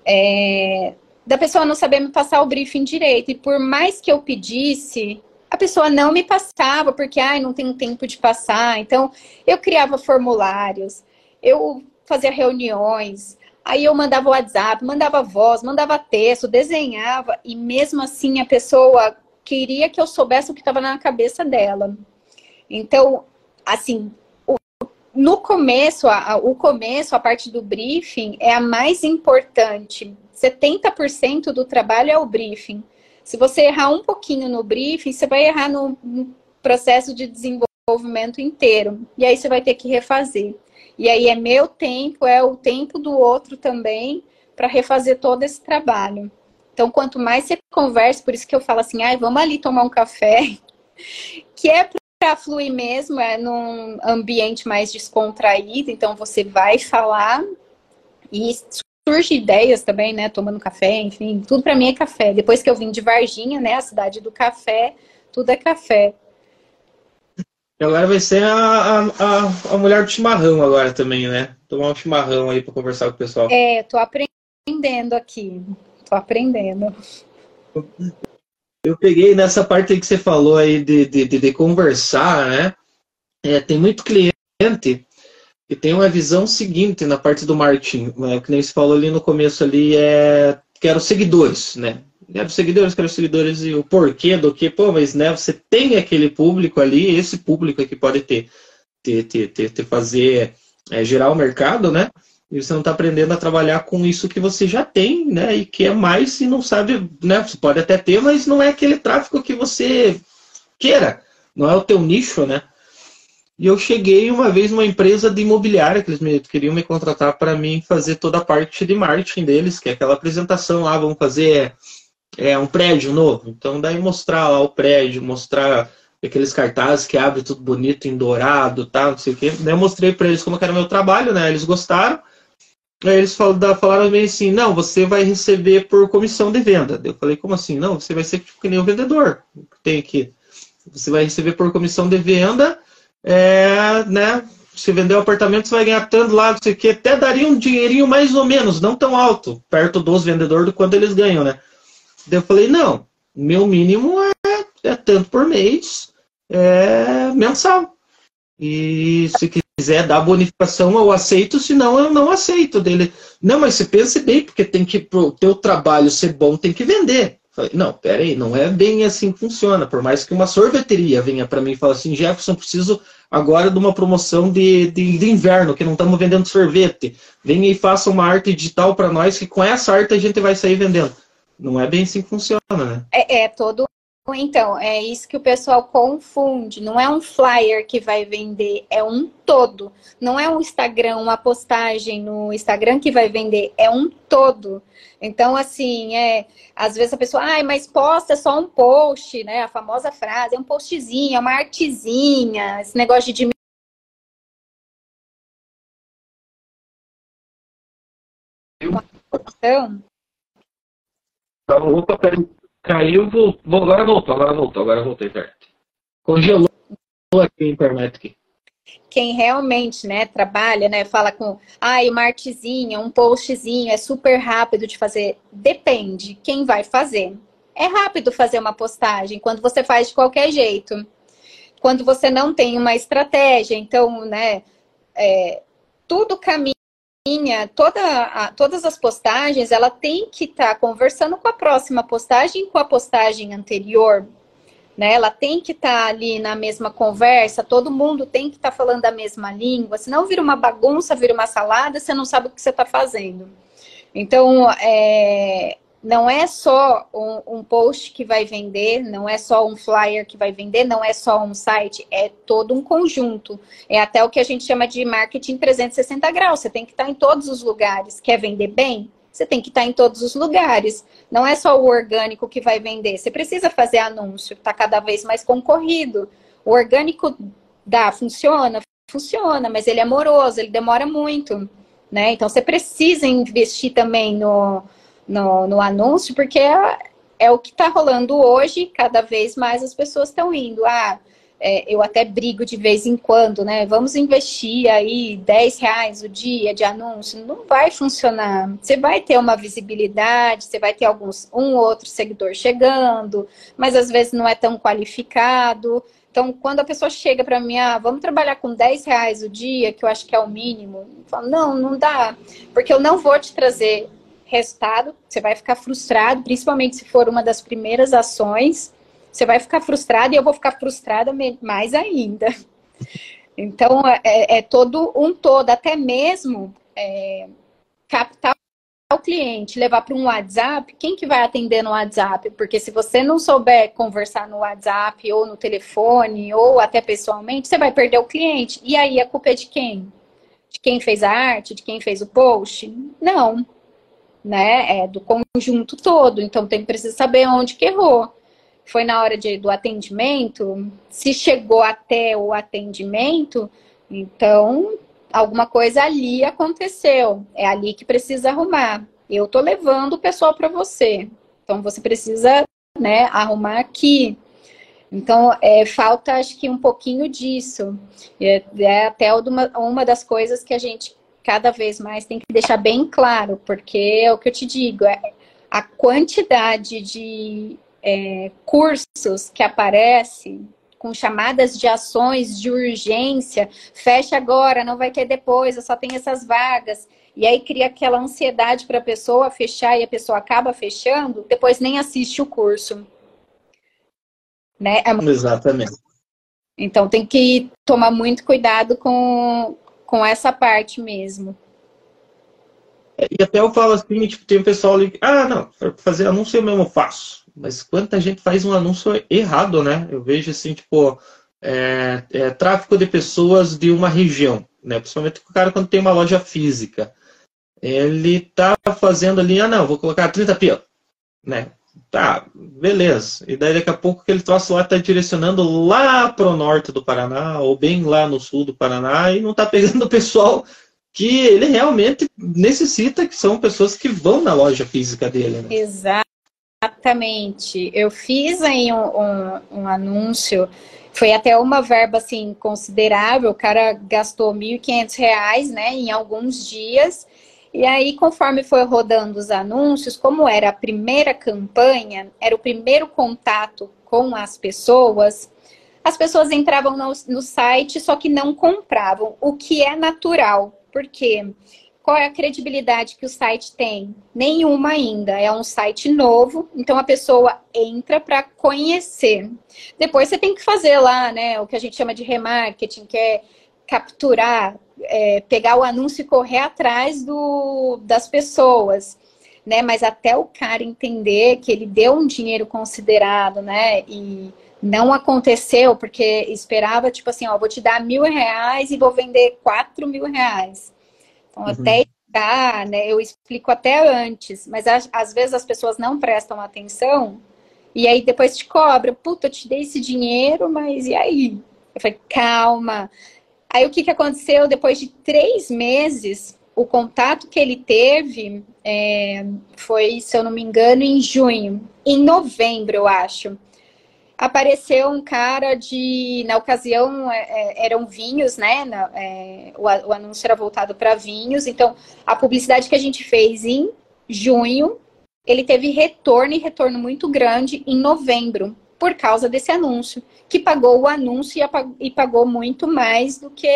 É, da pessoa não saber me passar o briefing direito. E por mais que eu pedisse, a pessoa não me passava, porque ai, não tenho tempo de passar. Então, eu criava formulários, eu fazia reuniões, aí eu mandava WhatsApp, mandava voz, mandava texto, desenhava, e mesmo assim a pessoa queria que eu soubesse o que estava na cabeça dela. Então, assim, o, no começo, a, o começo, a parte do briefing é a mais importante. setenta por cento do trabalho é o briefing. Se você errar um pouquinho no briefing, você vai errar no, no processo de desenvolvimento desenvolvimento inteiro. E aí você vai ter que refazer. E aí é meu tempo, é o tempo do outro também, para refazer todo esse trabalho. Então, quanto mais você conversa, por isso que eu falo assim, ah, vamos ali tomar um café, que é para fluir mesmo, é num ambiente mais descontraído, então você vai falar e surge ideias também, né, tomando café, enfim, tudo para mim é café. Depois que eu vim de Varginha, né, a cidade do café, tudo é café. E agora vai ser a, a, a, a mulher do chimarrão agora também, né? Tomar um chimarrão aí para conversar com o pessoal. É, tô aprendendo aqui, tô aprendendo. Eu peguei nessa parte aí que você falou aí de, de, de, de conversar, né? É, tem muito cliente que tem uma visão seguinte na parte do marketing, né? Que nem você falou ali no começo ali, é quero seguidores, né? Quero seguidores, quero seguidores e o porquê do que, pô, mas né, você tem aquele público ali, esse público aqui pode ter, ter, ter, ter, ter fazer, é, gerar o mercado, né? E você não está aprendendo a trabalhar com isso que você já tem, né? E quer mais e não sabe, né? Você pode até ter, mas não é aquele tráfego que você queira, não é o teu nicho, né? E eu cheguei uma vez numa empresa de imobiliária que eles me, queriam me contratar para mim fazer toda a parte de marketing deles, que é aquela apresentação lá, vamos fazer é, um prédio novo. Então daí mostrar lá o prédio, mostrar aqueles cartazes que abre tudo bonito, em dourado, tá, não sei o quê. Daí eu mostrei para eles como que era o meu trabalho, né? Eles gostaram. Aí eles falaram bem assim, não, você vai receber por comissão de venda. Eu falei, como assim? Não, você vai ser tipo que nem o vendedor. Tem aqui. Você vai receber por comissão de venda, é, né? Se vender o apartamento, você vai ganhar tanto lá, não sei o quê. Até daria um dinheirinho mais ou menos, não tão alto, perto dos vendedores do quanto eles ganham, né? Daí eu falei, não, meu mínimo é, é tanto por mês, é mensal. E se quiser dar bonificação, eu aceito, senão eu não aceito dele. Não, mas você pense bem, porque tem que, pro teu trabalho ser bom, tem que vender. Falei, não, peraí, não é bem assim que funciona. Por mais que uma sorveteria venha para mim e fale assim, Jefferson, preciso agora de uma promoção de, de, de inverno, que não estamos vendendo sorvete. Venha e faça uma arte digital para nós, que com essa arte a gente vai sair vendendo. Não é bem assim que funciona, né? É, é todo... Então, é isso que o pessoal confunde. Não é um flyer que vai vender, é um todo. Não é um Instagram, uma postagem no Instagram que vai vender, é um todo. Então, assim, é, às vezes a pessoa, ai, mas posta só um post, né? A famosa frase, é um postzinho, é uma artezinha, esse negócio de diminuição. Opa, peraí. Caiu, voltou. Agora voltou, agora voltou, agora voltei perto. Congelou aqui a internet aqui. Quem realmente, né, trabalha, né, fala com, ai, uma artezinha, um postzinho, é super rápido de fazer. Depende, quem vai fazer. É rápido fazer uma postagem, quando você faz de qualquer jeito. Quando você não tem uma estratégia, então, né, é, tudo caminha, toda a, todas as postagens, ela tem que estar tá conversando com a próxima postagem, com a postagem anterior, né? Ela tem que estar tá ali na mesma conversa, todo mundo tem que estar tá falando a mesma língua, senão vira uma bagunça, vira uma salada, você não sabe o que você está fazendo. Então, é, não é só um, um post que vai vender, não é só um flyer que vai vender, não é só um site, é todo um conjunto. É até o que a gente chama de marketing trezentos e sessenta graus, você tem que estar em todos os lugares. Quer vender bem? Você tem que estar em todos os lugares. Não é só o orgânico que vai vender. Você precisa fazer anúncio, está cada vez mais concorrido. O orgânico dá, funciona? Funciona, mas ele é moroso, ele demora muito, né? Então, você precisa investir também no, no, no anúncio, porque é, é o que está rolando hoje, cada vez mais as pessoas estão indo. Ah, É, eu até brigo de vez em quando, né? Vamos investir aí dez reais o dia de anúncio. Não vai funcionar. Você vai ter uma visibilidade, você vai ter alguns, um ou outro seguidor chegando, mas às vezes não é tão qualificado. Então, quando a pessoa chega para mim, ah, vamos trabalhar com dez reais o dia, que eu acho que é o mínimo, eu falo, não, não dá, porque eu não vou te trazer resultado, você vai ficar frustrado, principalmente se for uma das primeiras ações. Você vai ficar frustrada e eu vou ficar frustrada mais ainda. Então, é, é todo um todo, até mesmo é, captar o cliente, levar para um WhatsApp, quem que vai atender no WhatsApp? Porque se você não souber conversar no WhatsApp ou no telefone ou até pessoalmente, você vai perder o cliente. E aí a culpa é de quem? De quem fez a arte? De quem fez o post? Não, né? É do conjunto todo. Então tem que precisar saber onde que errou. Foi na hora de, do atendimento? Se chegou até o atendimento, então alguma coisa ali aconteceu. É ali que precisa arrumar. Eu tô levando o pessoal para você. Então você precisa, né, arrumar aqui. Então, é, falta, acho que, um pouquinho disso. É, é até uma, uma das coisas que a gente, cada vez mais, tem que deixar bem claro, porque é o que eu te digo, é, a quantidade de é, cursos que aparece com chamadas de ações de urgência, fecha agora, não vai ter depois, eu só tenho essas vagas. E aí cria aquela ansiedade para a pessoa fechar e a pessoa acaba fechando, depois nem assiste o curso. Né? Exatamente. Então tem que tomar muito cuidado com, com essa parte mesmo. E até eu falo assim, tipo, tem um pessoal ali, ah, não, para fazer anúncio eu mesmo faço. Mas quanta gente faz um anúncio errado, né? Eu vejo assim, tipo, é, é, tráfico de pessoas de uma região, né? Principalmente o cara quando tem uma loja física. Ele tá fazendo ali, ah, não, vou colocar trinta pila, né? Tá, beleza. E daí daqui a pouco aquele troço lá tá direcionando lá pro norte do Paraná, ou bem lá no sul do Paraná, e não tá pegando o pessoal que ele realmente necessita, que são pessoas que vão na loja física dele. Né? Exatamente. Eu fiz aí um, um, um anúncio, foi até uma verba assim considerável, o cara gastou mil e quinhentos reais, né, em alguns dias. E aí, conforme foi rodando os anúncios, como era a primeira campanha, era o primeiro contato com as pessoas, as pessoas entravam no, no site, só que não compravam, o que é natural. Por quê? Qual é a credibilidade que o site tem? Nenhuma ainda. É um site novo, então a pessoa entra para conhecer. Depois você tem que fazer lá, né, o que a gente chama de remarketing, que é capturar, é, pegar o anúncio e correr atrás do, das pessoas, né? Mas até o cara entender que ele deu um dinheiro considerado, né? E não aconteceu, porque esperava, tipo assim, ó, vou te dar mil reais e vou vender quatro mil reais. Então, uhum. até chegar, né? Eu explico até antes, mas às, às vezes as pessoas não prestam atenção e aí depois te cobram, puta, eu te dei esse dinheiro, mas e aí? Eu falei, calma. Aí o que, que aconteceu? Depois de três meses, o contato que ele teve é, foi, se eu não me engano, em junho. Em novembro, eu acho. Apareceu um cara de... Na ocasião, é, eram vinhos, né? Na, é, o, o anúncio era voltado para vinhos. Então, a publicidade que a gente fez em junho, ele teve retorno, e retorno muito grande, em novembro. Por causa desse anúncio, que pagou o anúncio e pagou muito mais do que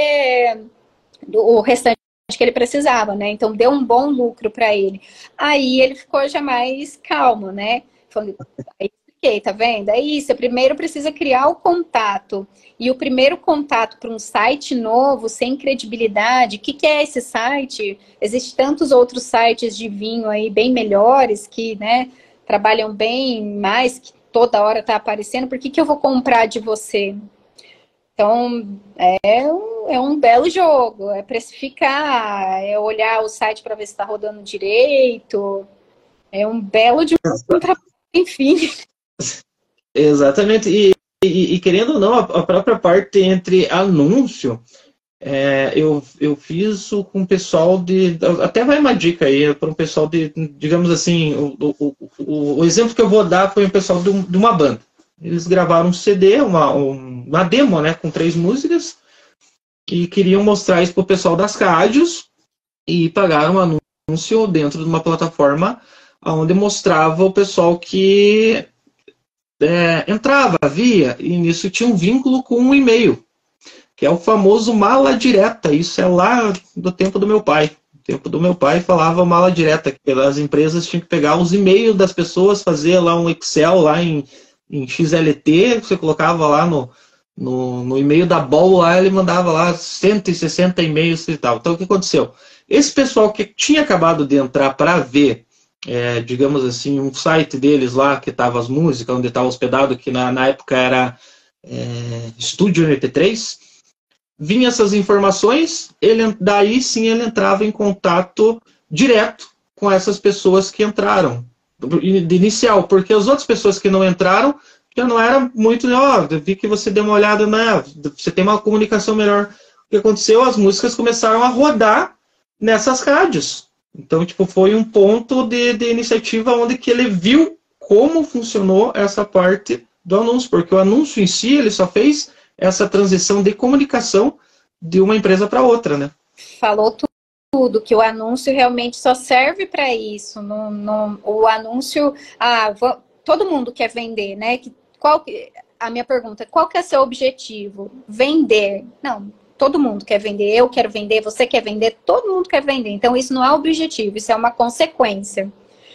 o restante que ele precisava, né? Então, deu um bom lucro para ele. Aí, ele ficou já mais calmo, né? Falando, aí expliquei, tá vendo? É isso, primeiro precisa criar o contato. E o primeiro contato para um site novo, sem credibilidade, o que, que é esse site? Existem tantos outros sites de vinho aí, bem melhores, que, né, trabalham bem mais, que toda hora tá aparecendo, por que, que eu vou comprar de você? Então, é um, é um belo jogo, é precificar, é olhar o site para ver se está rodando direito, é um belo de um trabalho, enfim. Exatamente, e, e, e querendo ou não, a própria parte entre anúncio, é, eu, eu fiz isso com o pessoal de... Até vai uma dica aí para um pessoal de, digamos assim, o, o, o, o exemplo que eu vou dar foi o pessoal de, um, de uma banda. Eles gravaram um C D, uma, uma demo, né, com três músicas, e queriam mostrar isso para o pessoal das rádios, e pagaram um anúncio dentro de uma plataforma onde mostrava o pessoal que é, entrava, via, e nisso tinha um vínculo com um e-mail, que é o famoso mala direta. Isso é lá do tempo do meu pai. No tempo do meu pai falava mala direta, que as empresas tinham que pegar os e-mails das pessoas, fazer lá um Excel lá em, em X L T, você colocava lá no, no, no e-mail da Bol, lá ele mandava lá cento e sessenta e-mails e tal. Então o que aconteceu? Esse pessoal que tinha acabado de entrar para ver, é, digamos assim, um site deles lá, que tava as músicas, onde estava hospedado, que na, na época era é, Estúdio M P três, vinha essas informações, ele, daí sim ele entrava em contato direto com essas pessoas que entraram, de inicial, porque as outras pessoas que não entraram, já não era muito, ó, oh, vi que você deu uma olhada, né, você tem uma comunicação melhor. O que aconteceu? As músicas começaram a rodar nessas rádios. Então, tipo, foi um ponto de, de iniciativa onde que ele viu como funcionou essa parte do anúncio, porque o anúncio em si, ele só fez essa transição de comunicação de uma empresa para outra, né? Falou tudo, que o anúncio realmente só serve para isso. No, no, o anúncio, ah, todo mundo quer vender, né? Qual, a minha pergunta, qual que é seu objetivo? Vender. Não, todo mundo quer vender, eu quero vender, você quer vender, todo mundo quer vender. Então, isso não é objetivo, isso é uma consequência.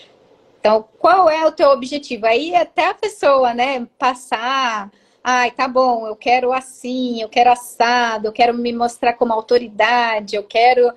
Então, qual é o teu objetivo? Aí até a pessoa, né, passar, ai, tá bom, eu quero assim, eu quero assado, eu quero me mostrar como autoridade, eu quero...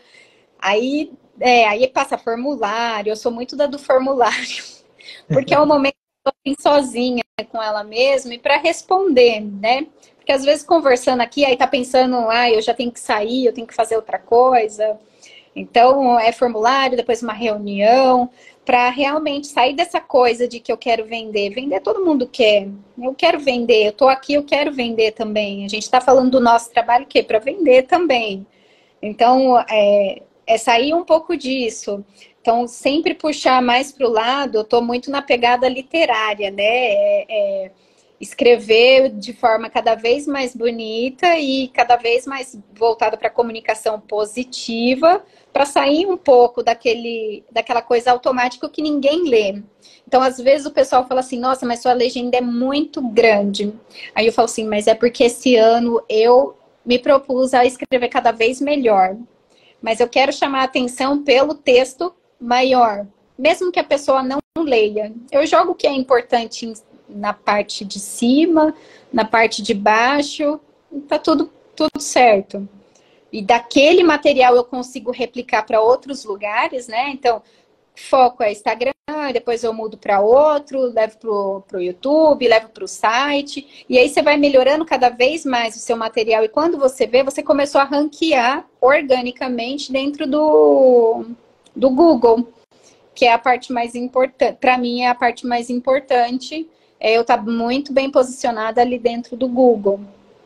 Aí, é, aí passa formulário, eu sou muito da do formulário, porque é o momento que eu estou sozinha com ela mesma e para responder, né? Porque às vezes conversando aqui, aí tá pensando, ah, eu já tenho que sair, eu tenho que fazer outra coisa. Então, é formulário, depois uma reunião, para realmente sair dessa coisa de que eu quero vender. Vender todo mundo quer. Eu quero vender, eu tô aqui, eu quero vender também. A gente está falando do nosso trabalho, o quê? Para vender também. Então, é, é sair um pouco disso. Então, sempre puxar mais para o lado, eu estou muito na pegada literária, né? É, é, escrever de forma cada vez mais bonita e cada vez mais voltada para a comunicação positiva, para sair um pouco daquele, daquela coisa automática que ninguém lê. Então, às vezes o pessoal fala assim, nossa, mas sua legenda é muito grande. Aí eu falo assim, mas é porque esse ano eu me propus a escrever cada vez melhor. Mas eu quero chamar a atenção pelo texto maior, mesmo que a pessoa não leia. Eu jogo o que é importante na parte de cima, na parte de baixo, tá tudo, tudo certo. E daquele material eu consigo replicar para outros lugares, né? Então, foco é Instagram, depois eu mudo para outro, levo para o YouTube, levo para o site, e aí você vai melhorando cada vez mais o seu material, e quando você vê, você começou a ranquear organicamente dentro do, do Google, que é a parte mais importante, para mim é a parte mais importante, é eu estar muito bem posicionada ali dentro do Google.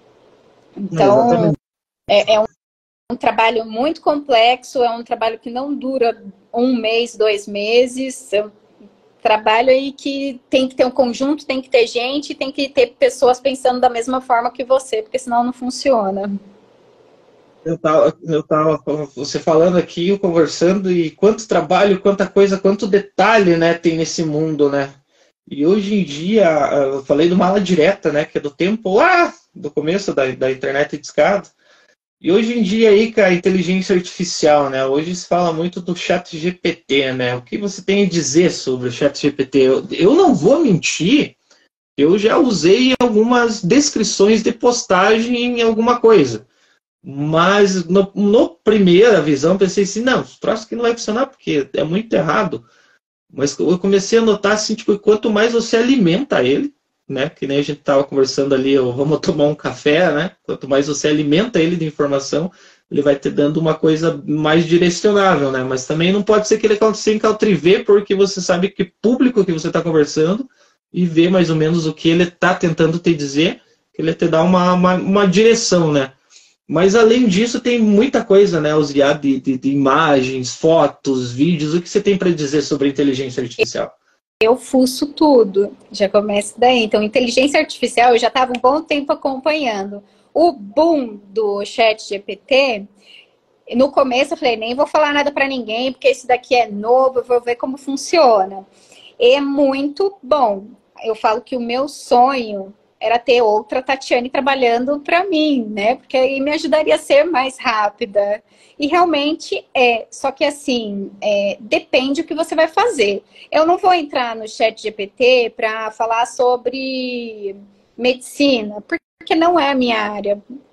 Então, é, é um um trabalho muito complexo, é um trabalho que não dura um mês, dois meses, é um trabalho aí que tem que ter um conjunto, tem que ter gente, tem que ter pessoas pensando da mesma forma que você, porque senão não funciona. Eu tava, eu tava você falando aqui, eu conversando, e quanto trabalho, quanta coisa, quanto detalhe, né, tem nesse mundo, né? E hoje em dia, eu falei do mala direta, né, que é do tempo lá, do começo da, da internet discada. E hoje em dia aí, cara, a inteligência artificial, né? Hoje se fala muito do chat G P T, né? O que você tem a dizer sobre o chat G P T? Eu, eu não vou mentir, eu já usei algumas descrições de postagem em alguma coisa. Mas no, no primeira visão pensei assim, não, esse troço aqui não vai funcionar porque é muito errado. Mas eu comecei a notar assim, tipo, quanto mais você alimenta ele, né? Que nem a gente estava conversando ali, ou vamos tomar um café, né? Quanto mais você alimenta ele de informação, ele vai te dando uma coisa mais direcionável, né? Mas também não pode ser que ele aconteça em Caltrivê, porque você sabe que público que você está conversando e vê mais ou menos o que ele está tentando te dizer, que ele te dá uma, uma, uma direção, né? Mas além disso, tem muita coisa, né? Os I A de, de, de imagens, fotos, vídeos. O que você tem para dizer sobre inteligência artificial? Eu fuço tudo, já começa daí. Então, inteligência artificial, eu já estava um bom tempo acompanhando. O boom do chat G P T, no começo eu falei, nem vou falar nada para ninguém, porque esse daqui é novo, eu vou ver como funciona. É muito bom. Eu falo que o meu sonho era ter outra Tatiane trabalhando para mim, né? Porque aí me ajudaria a ser mais rápida. E realmente é, só que assim, é, depende do que você vai fazer. Eu não vou entrar no chat G P T para falar sobre medicina, porque não é a minha área.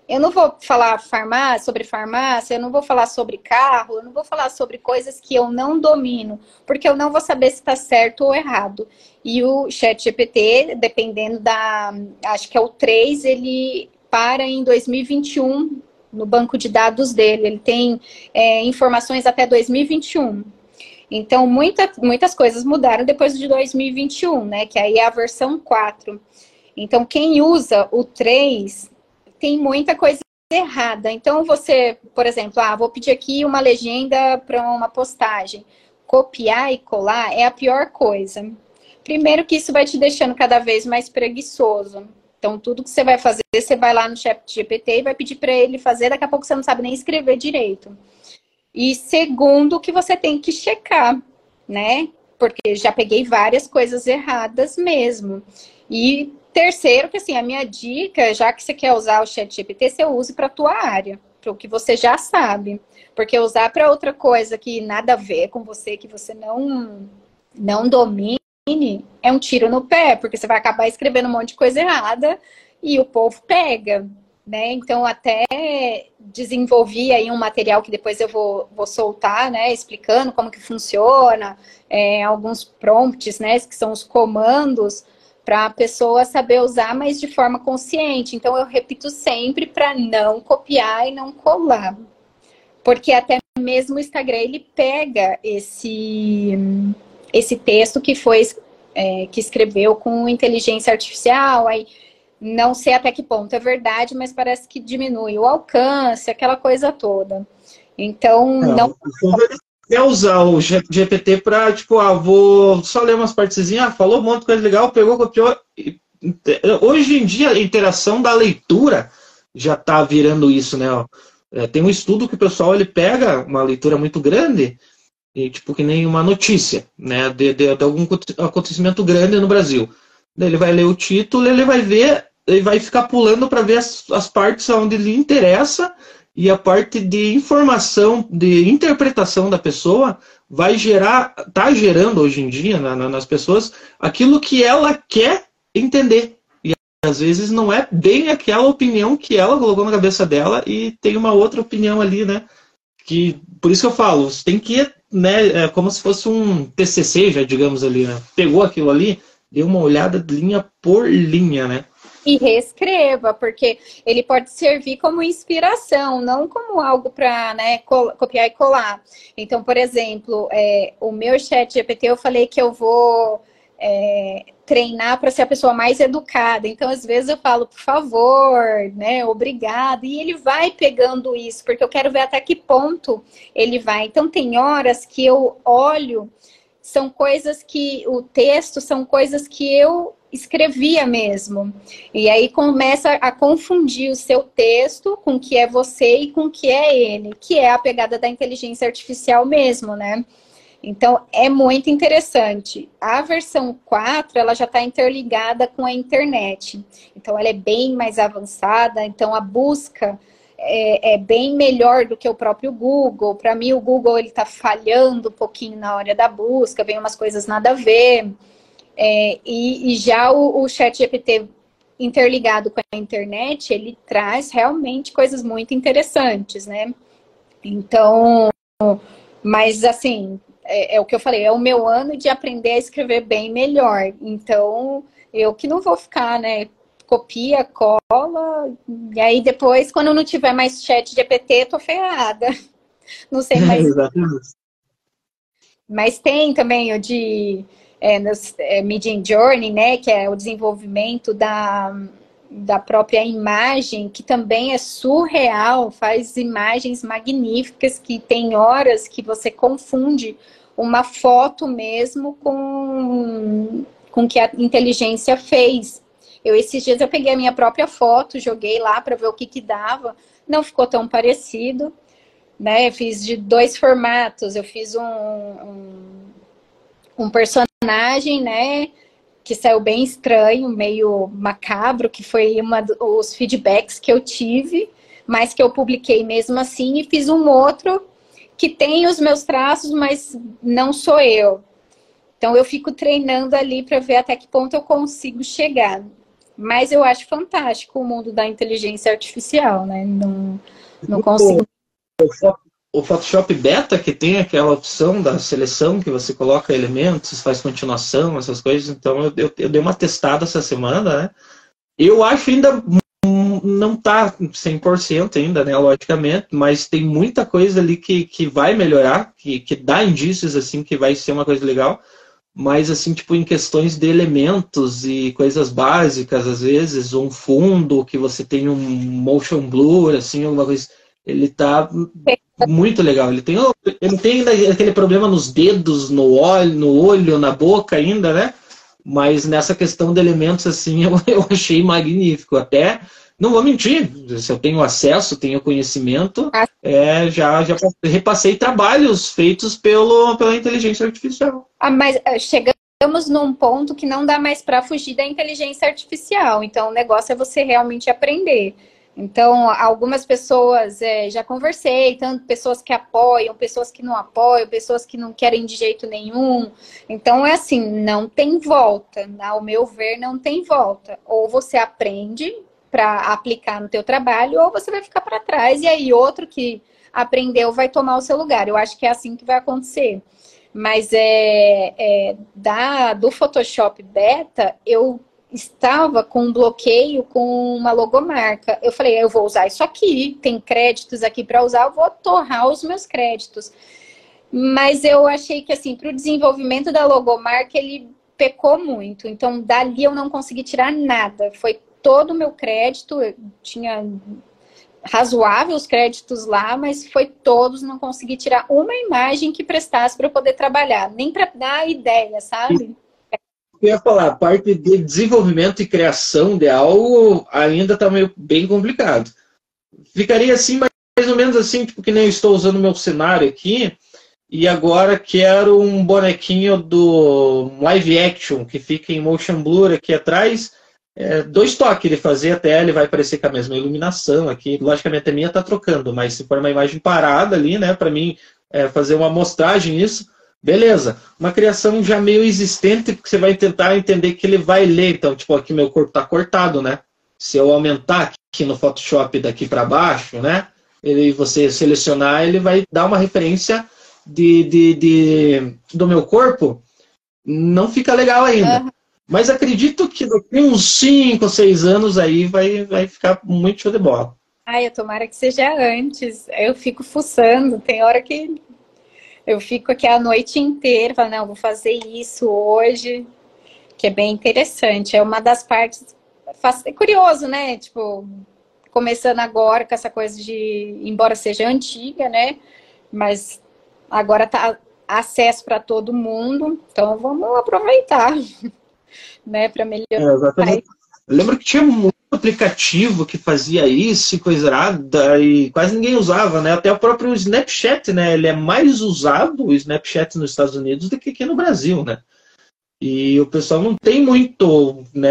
Eu não vou falar farmácia, sobre farmácia, eu não vou falar sobre carro, eu não vou falar sobre coisas que eu não domino, porque eu não vou saber se está certo ou errado. E o ChatGPT, dependendo da, acho que é o três, ele para em dois mil e vinte e um, no banco de dados dele. Ele tem é, informações até dois mil e vinte e um. Então, muita, muitas coisas mudaram depois de dois mil e vinte e um, né? Que aí é a versão quatro. Então, quem usa o três... tem muita coisa errada. Então, você, por exemplo, ah, vou pedir aqui uma legenda para uma postagem. Copiar e colar é a pior coisa. Primeiro que isso vai te deixando cada vez mais preguiçoso. Então, tudo que você vai fazer, você vai lá no ChatGPT e vai pedir para ele fazer, daqui a pouco você não sabe nem escrever direito. E segundo, que você tem que checar, né? Porque já peguei várias coisas erradas mesmo. E terceiro, que assim, a minha dica, já que você quer usar o ChatGPT, você use para a tua área, para o que você já sabe. Porque usar para outra coisa que nada a ver com você, que você não, não domine, é um tiro no pé, porque você vai acabar escrevendo um monte de coisa errada e o povo pega, né? Então, até desenvolvi aí um material que depois eu vou, vou soltar, né? Explicando como que funciona, é, alguns prompts, né? Que são os comandos, para a pessoa saber usar, mas de forma consciente. Então, eu repito sempre para não copiar e não colar. Porque até mesmo o Instagram, ele pega esse, esse texto que foi, é, que escreveu com inteligência artificial, aí não sei até que ponto é verdade, mas parece que diminui o alcance, aquela coisa toda. Então, é, não... É usar o G P T para, tipo, ah, vou só ler umas partezinhas, ah, falou um monte de coisa legal, pegou, copiou. Hoje em dia, a interação da leitura já está virando isso, né? Ó. É, tem um estudo que o pessoal ele pega uma leitura muito grande, e, tipo, que nem uma notícia, né? De, de, de algum acontecimento grande no Brasil. Daí ele vai ler o título, ele vai ver, ele vai ficar pulando para ver as, as partes onde lhe interessa. E a parte de informação, de interpretação da pessoa vai gerar, está gerando hoje em dia na, na, nas pessoas aquilo que ela quer entender. E às vezes não é bem aquela opinião que ela colocou na cabeça dela e tem uma outra opinião ali, né? Que, por isso que eu falo, você tem que, né, é como se fosse um T C C, já digamos ali, né? Pegou aquilo ali, deu uma olhada linha por linha, né? E reescreva, porque ele pode servir como inspiração, não como algo para, né, copiar e colar. Então, por exemplo, é, o meu ChatGPT, eu falei que eu vou é, treinar para ser a pessoa mais educada. Então, às vezes eu falo, por favor, né, obrigada. E ele vai pegando isso, porque eu quero ver até que ponto ele vai. Então, tem horas que eu olho, são coisas que, o texto são coisas que eu escrevia mesmo. E aí começa a confundir o seu texto com o que é você e com o que é ele, que é a pegada da inteligência artificial mesmo, né? Então, é muito interessante. A versão quatro, ela já está interligada com a internet. Então, ela é bem mais avançada. Então, a busca é, é bem melhor do que o próprio Google. Para mim, o Google ele está falhando um pouquinho na hora da busca. Vem umas coisas nada a ver. É, e, e já o, o ChatGPT interligado com a internet, ele traz realmente coisas muito interessantes, né? Então, mas assim, é, é o que eu falei, é o meu ano de aprender a escrever bem melhor. Então, eu que não vou ficar, né? Copia, cola, e aí depois, quando não tiver mais ChatGPT, tô ferrada. Não sei mais. Mas tem também o de... É, nos, é, Midjourney, né, que é o desenvolvimento da, da própria imagem, que também é surreal, faz imagens magníficas, que tem horas que você confunde uma foto mesmo com com que a inteligência fez. Eu, esses dias, eu peguei a minha própria foto, joguei lá para ver o que que dava, não ficou tão parecido, né, eu fiz de dois formatos, eu fiz um... um um personagem, né, que saiu bem estranho, meio macabro, que foi uma dos feedbacks que eu tive, mas que eu publiquei mesmo assim, e fiz um outro que tem os meus traços, mas não sou eu. Então, eu fico treinando ali para ver até que ponto eu consigo chegar. Mas eu acho fantástico o mundo da inteligência artificial, né? Não, não consigo... O Photoshop Beta, que tem aquela opção da seleção, que você coloca elementos, faz continuação, essas coisas. Então, eu, eu, eu dei uma testada essa semana, né? Eu acho ainda não tá cem por cento ainda, né? Logicamente, mas tem muita coisa ali que, que vai melhorar, que, que dá indícios, assim, que vai ser uma coisa legal. Mas, assim, tipo, em questões de elementos e coisas básicas, às vezes, um fundo, que você tem um motion blur, assim, alguma coisa... Ele tá muito legal. Ele tem, ele tem ainda aquele problema nos dedos, no olho, no olho, na boca ainda, né? Mas nessa questão de elementos, assim, eu, eu achei magnífico. Até, não vou mentir, se eu tenho acesso, tenho conhecimento, é, já, já repassei trabalhos feitos pelo, pela inteligência artificial. Ah, mas chegamos num ponto que não dá mais para fugir da inteligência artificial. Então, o negócio é você realmente aprender. Então, algumas pessoas, é, já conversei, tanto pessoas que apoiam, pessoas que não apoiam, pessoas que não querem de jeito nenhum. Então, é assim, não tem volta. Ao meu ver, não tem volta. Ou você aprende para aplicar no teu trabalho, ou você vai ficar para trás, e aí outro que aprendeu vai tomar o seu lugar. Eu acho que é assim que vai acontecer. Mas é, é, da, do Photoshop Beta, eu... estava com um bloqueio com uma logomarca. Eu falei, eu vou usar isso aqui, tem créditos aqui para usar, eu vou torrar os meus créditos. Mas eu achei que, assim, para o desenvolvimento da logomarca, ele pecou muito. Então, dali eu não consegui tirar nada. Foi todo o meu crédito, eu tinha razoáveis créditos lá, mas foi todos, não consegui tirar uma imagem que prestasse para eu poder trabalhar, nem para dar ideia, sabe? Eu ia falar, a parte de desenvolvimento e criação de algo ainda está meio bem complicado. Ficaria assim, mais ou menos assim, tipo que nem eu estou usando o meu cenário aqui, e agora quero um bonequinho do live action, que fica em motion blur aqui atrás, é, dois toques de fazer até, ele vai aparecer com a mesma iluminação aqui. Logicamente a minha está trocando, mas se for uma imagem parada ali, né, para mim é, fazer uma amostragem nisso, beleza, uma criação já meio existente, porque você vai tentar entender que ele vai ler. Então, tipo, aqui meu corpo está cortado, né? Se eu aumentar aqui no Photoshop daqui para baixo, né? Ele, você selecionar, ele vai dar uma referência de, de, de, do meu corpo. Não fica legal ainda. Uhum. Mas acredito que daqui uns cinco, seis anos aí vai, vai ficar muito show de bola. Ai, eu tomara que seja antes. Eu fico fuçando, tem hora que... eu fico aqui a noite inteira, falando, não, vou fazer isso hoje, que é bem interessante. É uma das partes, é curioso, né? Tipo, começando agora com essa coisa de, embora seja antiga, né? Mas agora tá acesso para todo mundo, então vamos aproveitar, né? Para melhorar. É, exatamente. Eu lembro que tinha muito aplicativo que fazia isso e coisa errada e quase ninguém usava, né? Até o próprio Snapchat, né? Ele é mais usado, o Snapchat nos Estados Unidos, do que aqui no Brasil, né? E o pessoal não tem muito, né,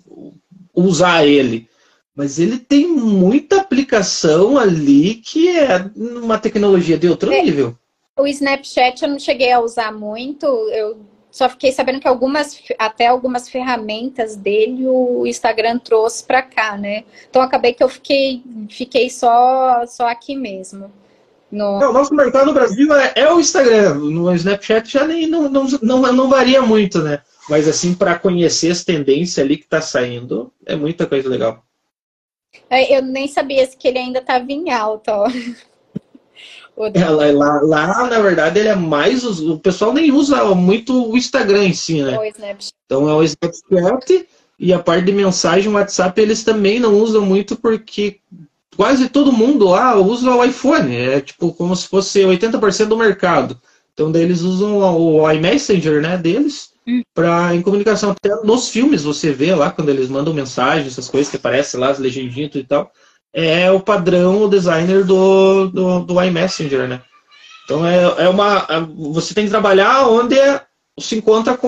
usar ele. Mas ele tem muita aplicação ali que é uma tecnologia de outro é, nível. O Snapchat eu não cheguei a usar muito, eu... só fiquei sabendo que algumas, até algumas ferramentas dele o Instagram trouxe para cá, né? Então acabei que eu fiquei, fiquei só, só aqui mesmo. No... Não, o nosso mercado no Brasil é, é o Instagram. No Snapchat já nem, não, não, não, não varia muito, né? Mas assim, para conhecer as tendências ali que tá saindo, é muita coisa legal. Eu nem sabia que ele ainda estava em alta, ó. É, lá, lá, na verdade, ele é mais... O pessoal nem usa muito o Instagram em si, né? O Snapchat. Então é o Snapchat e a parte de mensagem, o WhatsApp, eles também não usam muito porque quase todo mundo lá usa o iPhone. É tipo como se fosse oitenta por cento do mercado. Então daí eles usam o iMessenger, né, deles, hum. para em comunicação. Até nos filmes você vê lá, quando eles mandam mensagem, essas coisas que aparecem lá, as legendinhas e tal. É o padrão, o designer do, do, do iMessenger, né? Então é, é uma... Você tem que trabalhar onde se encontra com a sua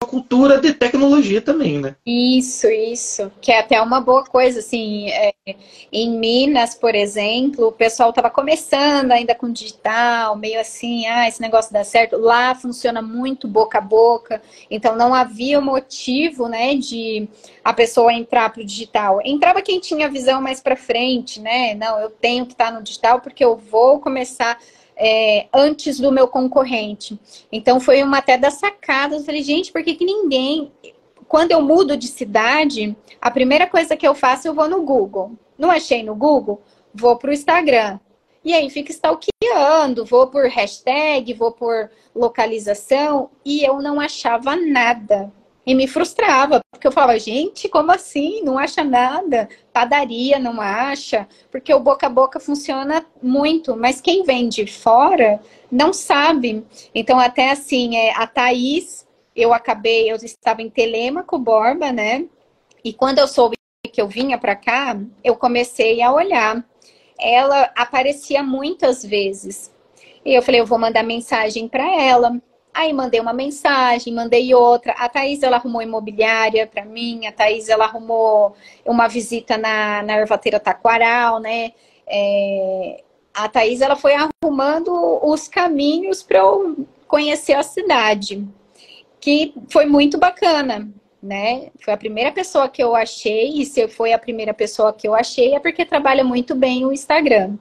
cultura de tecnologia também, né? Isso, isso. Que é até uma boa coisa, assim, é, em Minas, por exemplo, o pessoal estava começando ainda com digital, meio assim, ah, esse negócio dá certo. Lá funciona muito boca a boca, então não havia motivo, né, de a pessoa entrar para o digital. Entrava quem tinha visão mais para frente, né? Não, eu tenho que estar no digital porque eu vou começar é, antes do meu concorrente. Então foi uma até das sacadas. Eu falei, gente, por que que ninguém... Quando eu mudo de cidade, a primeira coisa que eu faço, eu vou no Google. Não achei no Google? Vou para o Instagram. E aí fica stalkeando, vou por hashtag, vou por localização, e eu não achava nada. E me frustrava, porque eu falava, gente, como assim? Não acha nada? Padaria não acha? Porque o boca a boca funciona muito, mas quem vem de fora não sabe. Então, até assim, é, a Thaís, eu acabei, eu estava em Telêmaco, Borba, né? E quando eu soube que eu vinha para cá, eu comecei a olhar. Ela aparecia muitas vezes. E eu falei, eu vou mandar mensagem para ela. Aí mandei uma mensagem, mandei outra. A Thaís, ela arrumou imobiliária para mim. A Thaís, ela arrumou uma visita na, na Ervateira Taquaral, né? É, a Thaís, ela foi arrumando os caminhos para eu conhecer a cidade. Que foi muito bacana, né? Foi a primeira pessoa que eu achei. E se foi a primeira pessoa que eu achei, é porque trabalha muito bem o Instagram.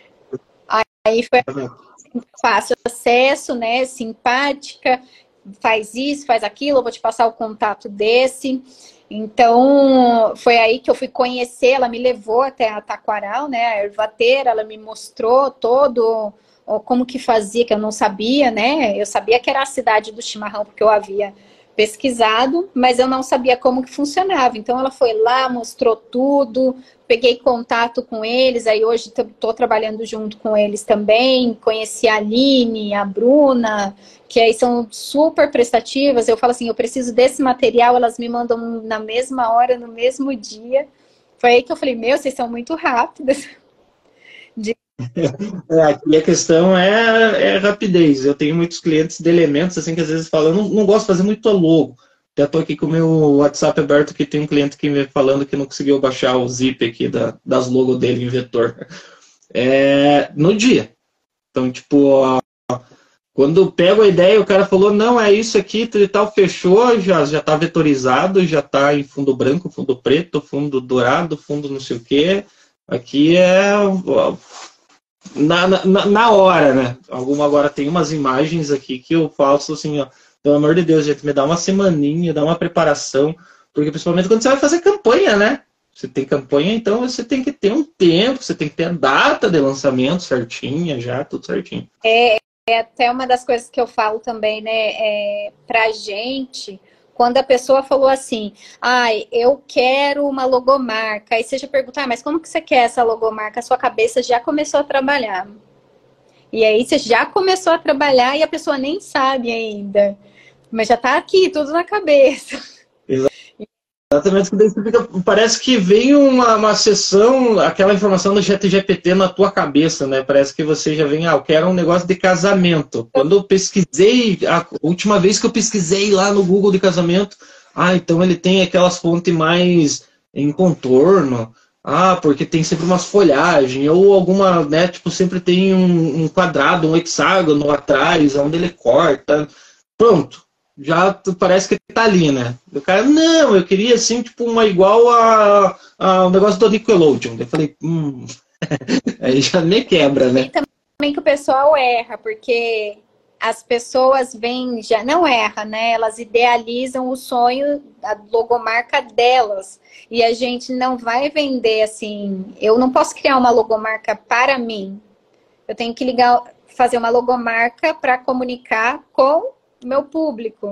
Aí foi... fácil acesso, né? Simpática, faz isso, faz aquilo, eu vou te passar o contato desse. Então, foi aí que eu fui conhecer, ela me levou até a Taquaral, né? A ervateira, ela me mostrou todo como que fazia, que eu não sabia, né? Eu sabia que era a cidade do chimarrão, porque eu havia pesquisado, mas eu não sabia como que funcionava. Então, ela foi lá, mostrou tudo, peguei contato com eles, aí hoje estou trabalhando junto com eles também, conheci a Aline, a Bruna, que aí são super prestativas. Eu falo assim, eu preciso desse material, elas me mandam na mesma hora, no mesmo dia. Foi aí que eu falei, meu, vocês são muito rápidas. De... É, aqui a questão é, é rapidez. Eu tenho muitos clientes de elementos, assim, que às vezes falam, eu não, não gosto de fazer muito logo. Já estou aqui com o meu WhatsApp aberto, que tem um cliente que me falando que não conseguiu baixar o zip aqui da, das logos dele em vetor. É, no dia. Então, tipo, ó, quando eu pego a ideia, o cara falou, não, é isso aqui, e tal, fechou, já já está vetorizado, já está em fundo branco, fundo preto, fundo dourado, fundo não sei o quê. Aqui é ó, na, na, na hora, né? Alguma agora tem umas imagens aqui que eu faço assim, ó, pelo amor de Deus, gente, me dá uma semaninha, dá uma preparação, porque principalmente quando você vai fazer campanha, né? Você tem campanha, então você tem que ter um tempo, você tem que ter a data de lançamento certinha, já, tudo certinho. É, é até uma das coisas que eu falo também, né? É, pra gente, quando a pessoa falou assim, ai, eu quero uma logomarca, aí você já pergunta, ah, mas como que você quer essa logomarca? A sua cabeça já começou a trabalhar. E aí você já começou a trabalhar e a pessoa nem sabe ainda. Mas já está aqui, tudo na cabeça. Exatamente, parece que vem uma, uma sessão, aquela informação do Chat G P T na tua cabeça, né? Parece que você já vem, ah, eu quero um negócio de casamento. Quando eu pesquisei, a última vez que eu pesquisei lá no Google de casamento, ah, então ele tem aquelas fontes mais em contorno, ah, porque tem sempre umas folhagens, ou alguma, né, tipo, sempre tem um, um quadrado, um hexágono atrás, onde ele corta, pronto. Já parece que tá ali, né? O cara, não, eu queria assim, tipo, uma igual a, a um negócio do Nickelodeon. Eu falei, hum, aí já me quebra, né? E também que o pessoal erra, porque as pessoas vêm, já não erra, né? Elas idealizam o sonho, a logomarca delas. E a gente não vai vender assim, eu não posso criar uma logomarca para mim. Eu tenho que ligar, fazer uma logomarca para comunicar com meu público.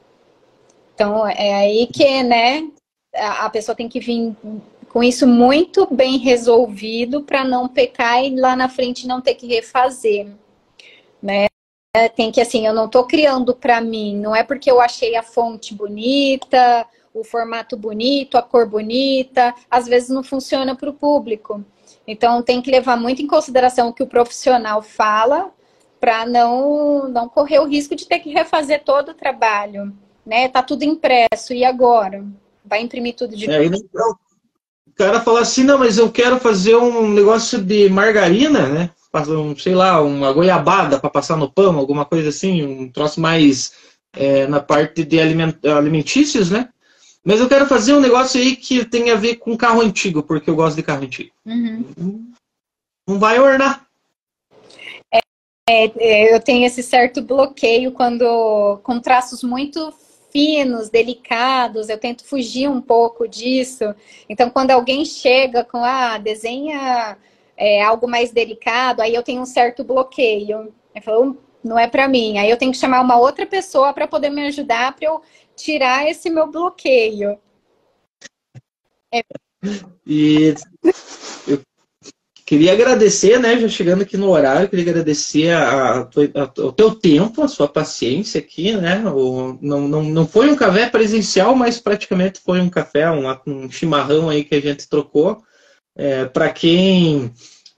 Então, é aí que, né, a pessoa tem que vir com isso muito bem resolvido para não pecar e lá na frente não ter que refazer, né? Tem que, assim, eu não estou criando para mim, não é porque eu achei a fonte bonita, o formato bonito, a cor bonita, às vezes não funciona para o público. Então, tem que levar muito em consideração o que o profissional fala, para não, não correr o risco de ter que refazer todo o trabalho. né? Tá tudo impresso, e agora? Vai imprimir tudo de É, novo? o cara fala assim, não, mas eu quero fazer um negócio de margarina, né? Fazer um, sei lá, uma goiabada para passar no pão, alguma coisa assim, um troço mais é, na parte de aliment alimentícios, né? Mas eu quero fazer um negócio aí que tem a ver com carro antigo, porque eu gosto de carro antigo. Uhum. Não vai ornar. É, eu tenho esse certo bloqueio quando com traços muito finos, delicados, eu tento fugir um pouco disso. Então, quando alguém chega com, ah, desenha é, algo mais delicado, aí eu tenho um certo bloqueio. Eu falo, não é para mim. Aí eu tenho que chamar uma outra pessoa para poder me ajudar, para eu tirar esse meu bloqueio. É. E eu queria agradecer, né, já chegando aqui no horário, queria agradecer a, a, a, o teu tempo, a sua paciência aqui, né, o, não, não, não foi um café presencial, mas praticamente foi um café, um, um chimarrão aí que a gente trocou. É, para quem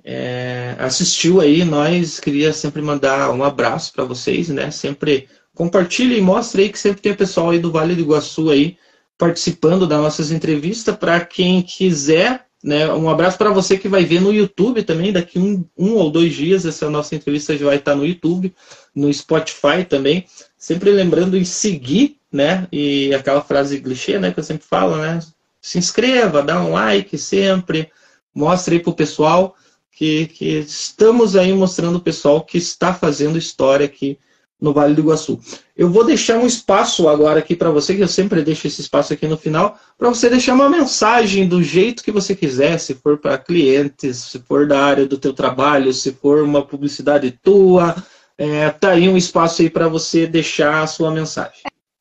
é, assistiu aí, nós queria sempre mandar um abraço para vocês, né, sempre compartilhe e mostre aí que sempre tem pessoal aí do Vale do Iguaçu aí participando das nossas entrevistas. Para quem quiser, né, um abraço para você que vai ver no YouTube também, daqui um, um ou dois dias, essa nossa entrevista já vai estar no YouTube, no Spotify também. Sempre lembrando em seguir, né, e aquela frase clichê, né, que eu sempre falo, né, se inscreva, dá um like sempre, mostre aí pro pessoal que, que estamos aí mostrando o pessoal que está fazendo história aqui no Vale do Iguaçu. Eu vou deixar um espaço agora aqui para você, que eu sempre deixo esse espaço aqui no final, para você deixar uma mensagem do jeito que você quiser, se for para clientes, se for da área do teu trabalho, se for uma publicidade tua, é, tá aí um espaço aí para você deixar a sua mensagem.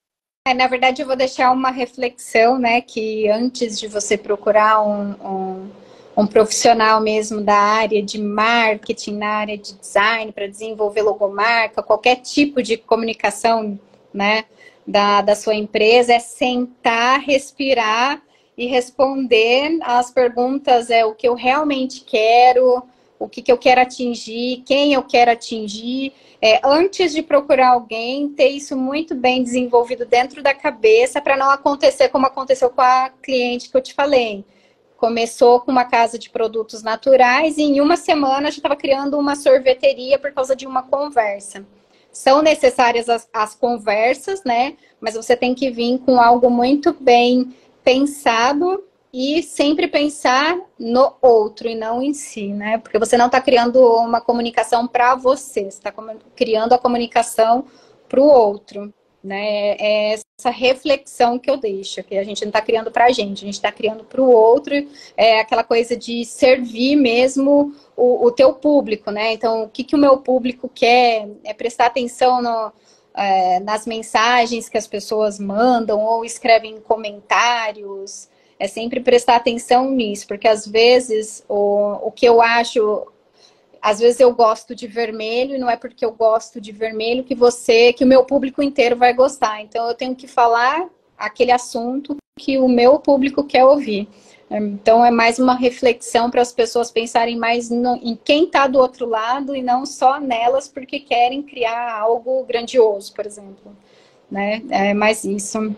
É, na verdade, eu vou deixar uma reflexão, né, que antes de você procurar um, um, um profissional mesmo da área de marketing, na área de design, para desenvolver logomarca, qualquer tipo de comunicação, né, da, da sua empresa, é sentar, respirar e responder as perguntas, é o que eu realmente quero, o que, que eu quero atingir, quem eu quero atingir. É, antes de procurar alguém, ter isso muito bem desenvolvido dentro da cabeça para não acontecer como aconteceu com a cliente que eu te falei. Começou com uma casa de produtos naturais e em uma semana já estava criando uma sorveteria por causa de uma conversa. São necessárias as, as conversas, né? Mas você tem que vir com algo muito bem pensado e sempre pensar no outro e não em si, né? Porque você não está criando uma comunicação para você, você está criando a comunicação para o outro, né? É essa reflexão que eu deixo, que a gente não está criando para a gente, a gente está criando para o outro, é aquela coisa de servir mesmo o, o teu público, né? Então, o que, que o meu público quer? É prestar atenção no, é, nas mensagens que as pessoas mandam ou escrevem em comentários. É sempre prestar atenção nisso, porque às vezes o, o que eu acho, às vezes eu gosto de vermelho e não é porque eu gosto de vermelho que você, que o meu público inteiro vai gostar. Então eu tenho que falar aquele assunto que o meu público quer ouvir. Então é mais uma reflexão para as pessoas pensarem mais no, em quem está do outro lado e não só nelas porque querem criar algo grandioso, por exemplo. Né? É mais isso.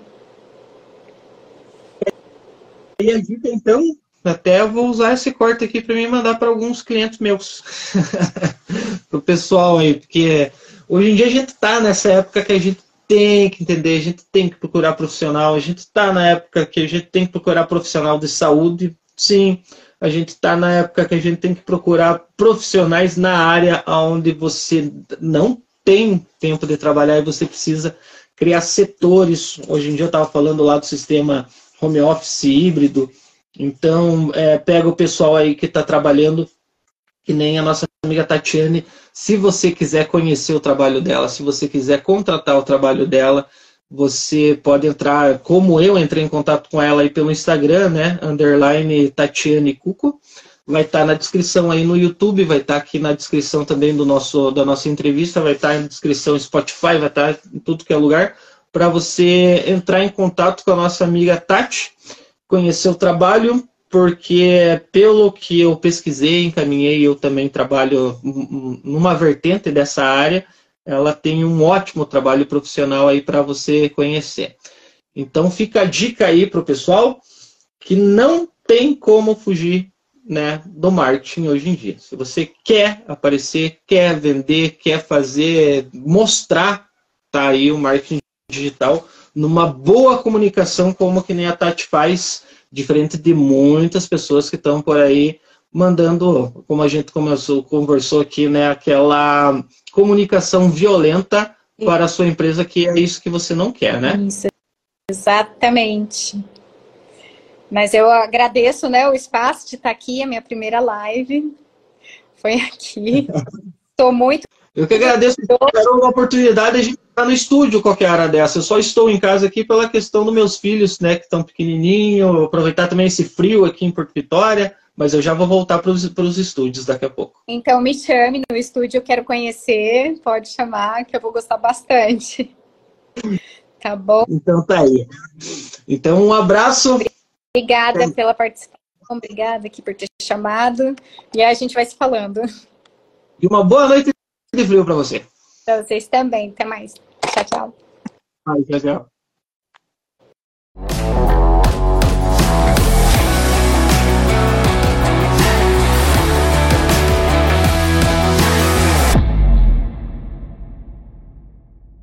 E a dica, então, até eu vou usar esse corte aqui para mim mandar para alguns clientes meus. Para o pessoal aí, porque hoje em dia a gente está nessa época que a gente tem que entender, a gente tem que procurar profissional, a gente está na época que a gente tem que procurar profissional de saúde, sim, a gente está na época que a gente tem que procurar profissionais na área onde você não tem tempo de trabalhar e você precisa criar setores. Hoje em dia eu estava falando lá do sistema home office híbrido, então é, pega o pessoal aí que está trabalhando, que nem a nossa amiga Tatiane. Se você quiser conhecer o trabalho dela, se você quiser contratar o trabalho dela, você pode entrar, como eu entrei em contato com ela aí pelo Instagram, né, underline Tatiane Cuco, vai estar tá na descrição aí no YouTube, vai estar tá aqui na descrição também do nosso, da nossa entrevista, vai estar tá na descrição Spotify, vai estar tá em tudo que é lugar, para você entrar em contato com a nossa amiga Tati, conhecer o trabalho, porque pelo que eu pesquisei, encaminhei, eu também trabalho numa vertente dessa área, ela tem um ótimo trabalho profissional aí para você conhecer. Então fica a dica aí para o pessoal que não tem como fugir, né, do marketing hoje em dia. Se você quer aparecer, quer vender, quer fazer, mostrar, tá aí o marketing digital numa boa comunicação como que nem a Tati faz, diferente de muitas pessoas que estão por aí mandando, como a gente começou, conversou aqui, né, aquela comunicação violenta para a sua empresa, que é isso que você não quer, né? Isso, exatamente. Mas eu agradeço, né, o espaço de estar aqui, a minha primeira live foi aqui. Estou muito... Eu que agradeço a oportunidade de a gente estar no estúdio qualquer hora dessa. Eu só estou em casa aqui pela questão dos meus filhos, né, que estão pequenininhos, aproveitar também esse frio aqui em Porto Vitória, mas eu já vou voltar para os estúdios daqui a pouco. Então me chame no estúdio, eu quero conhecer, pode chamar, que eu vou gostar bastante. Tá bom? Então tá aí. Então um abraço. Obrigada é. pela participação, obrigada aqui por ter chamado. E aí a gente vai se falando. E uma boa noite de frio para você. Para vocês também. Até mais. Tchau, tchau. Tchau, tchau.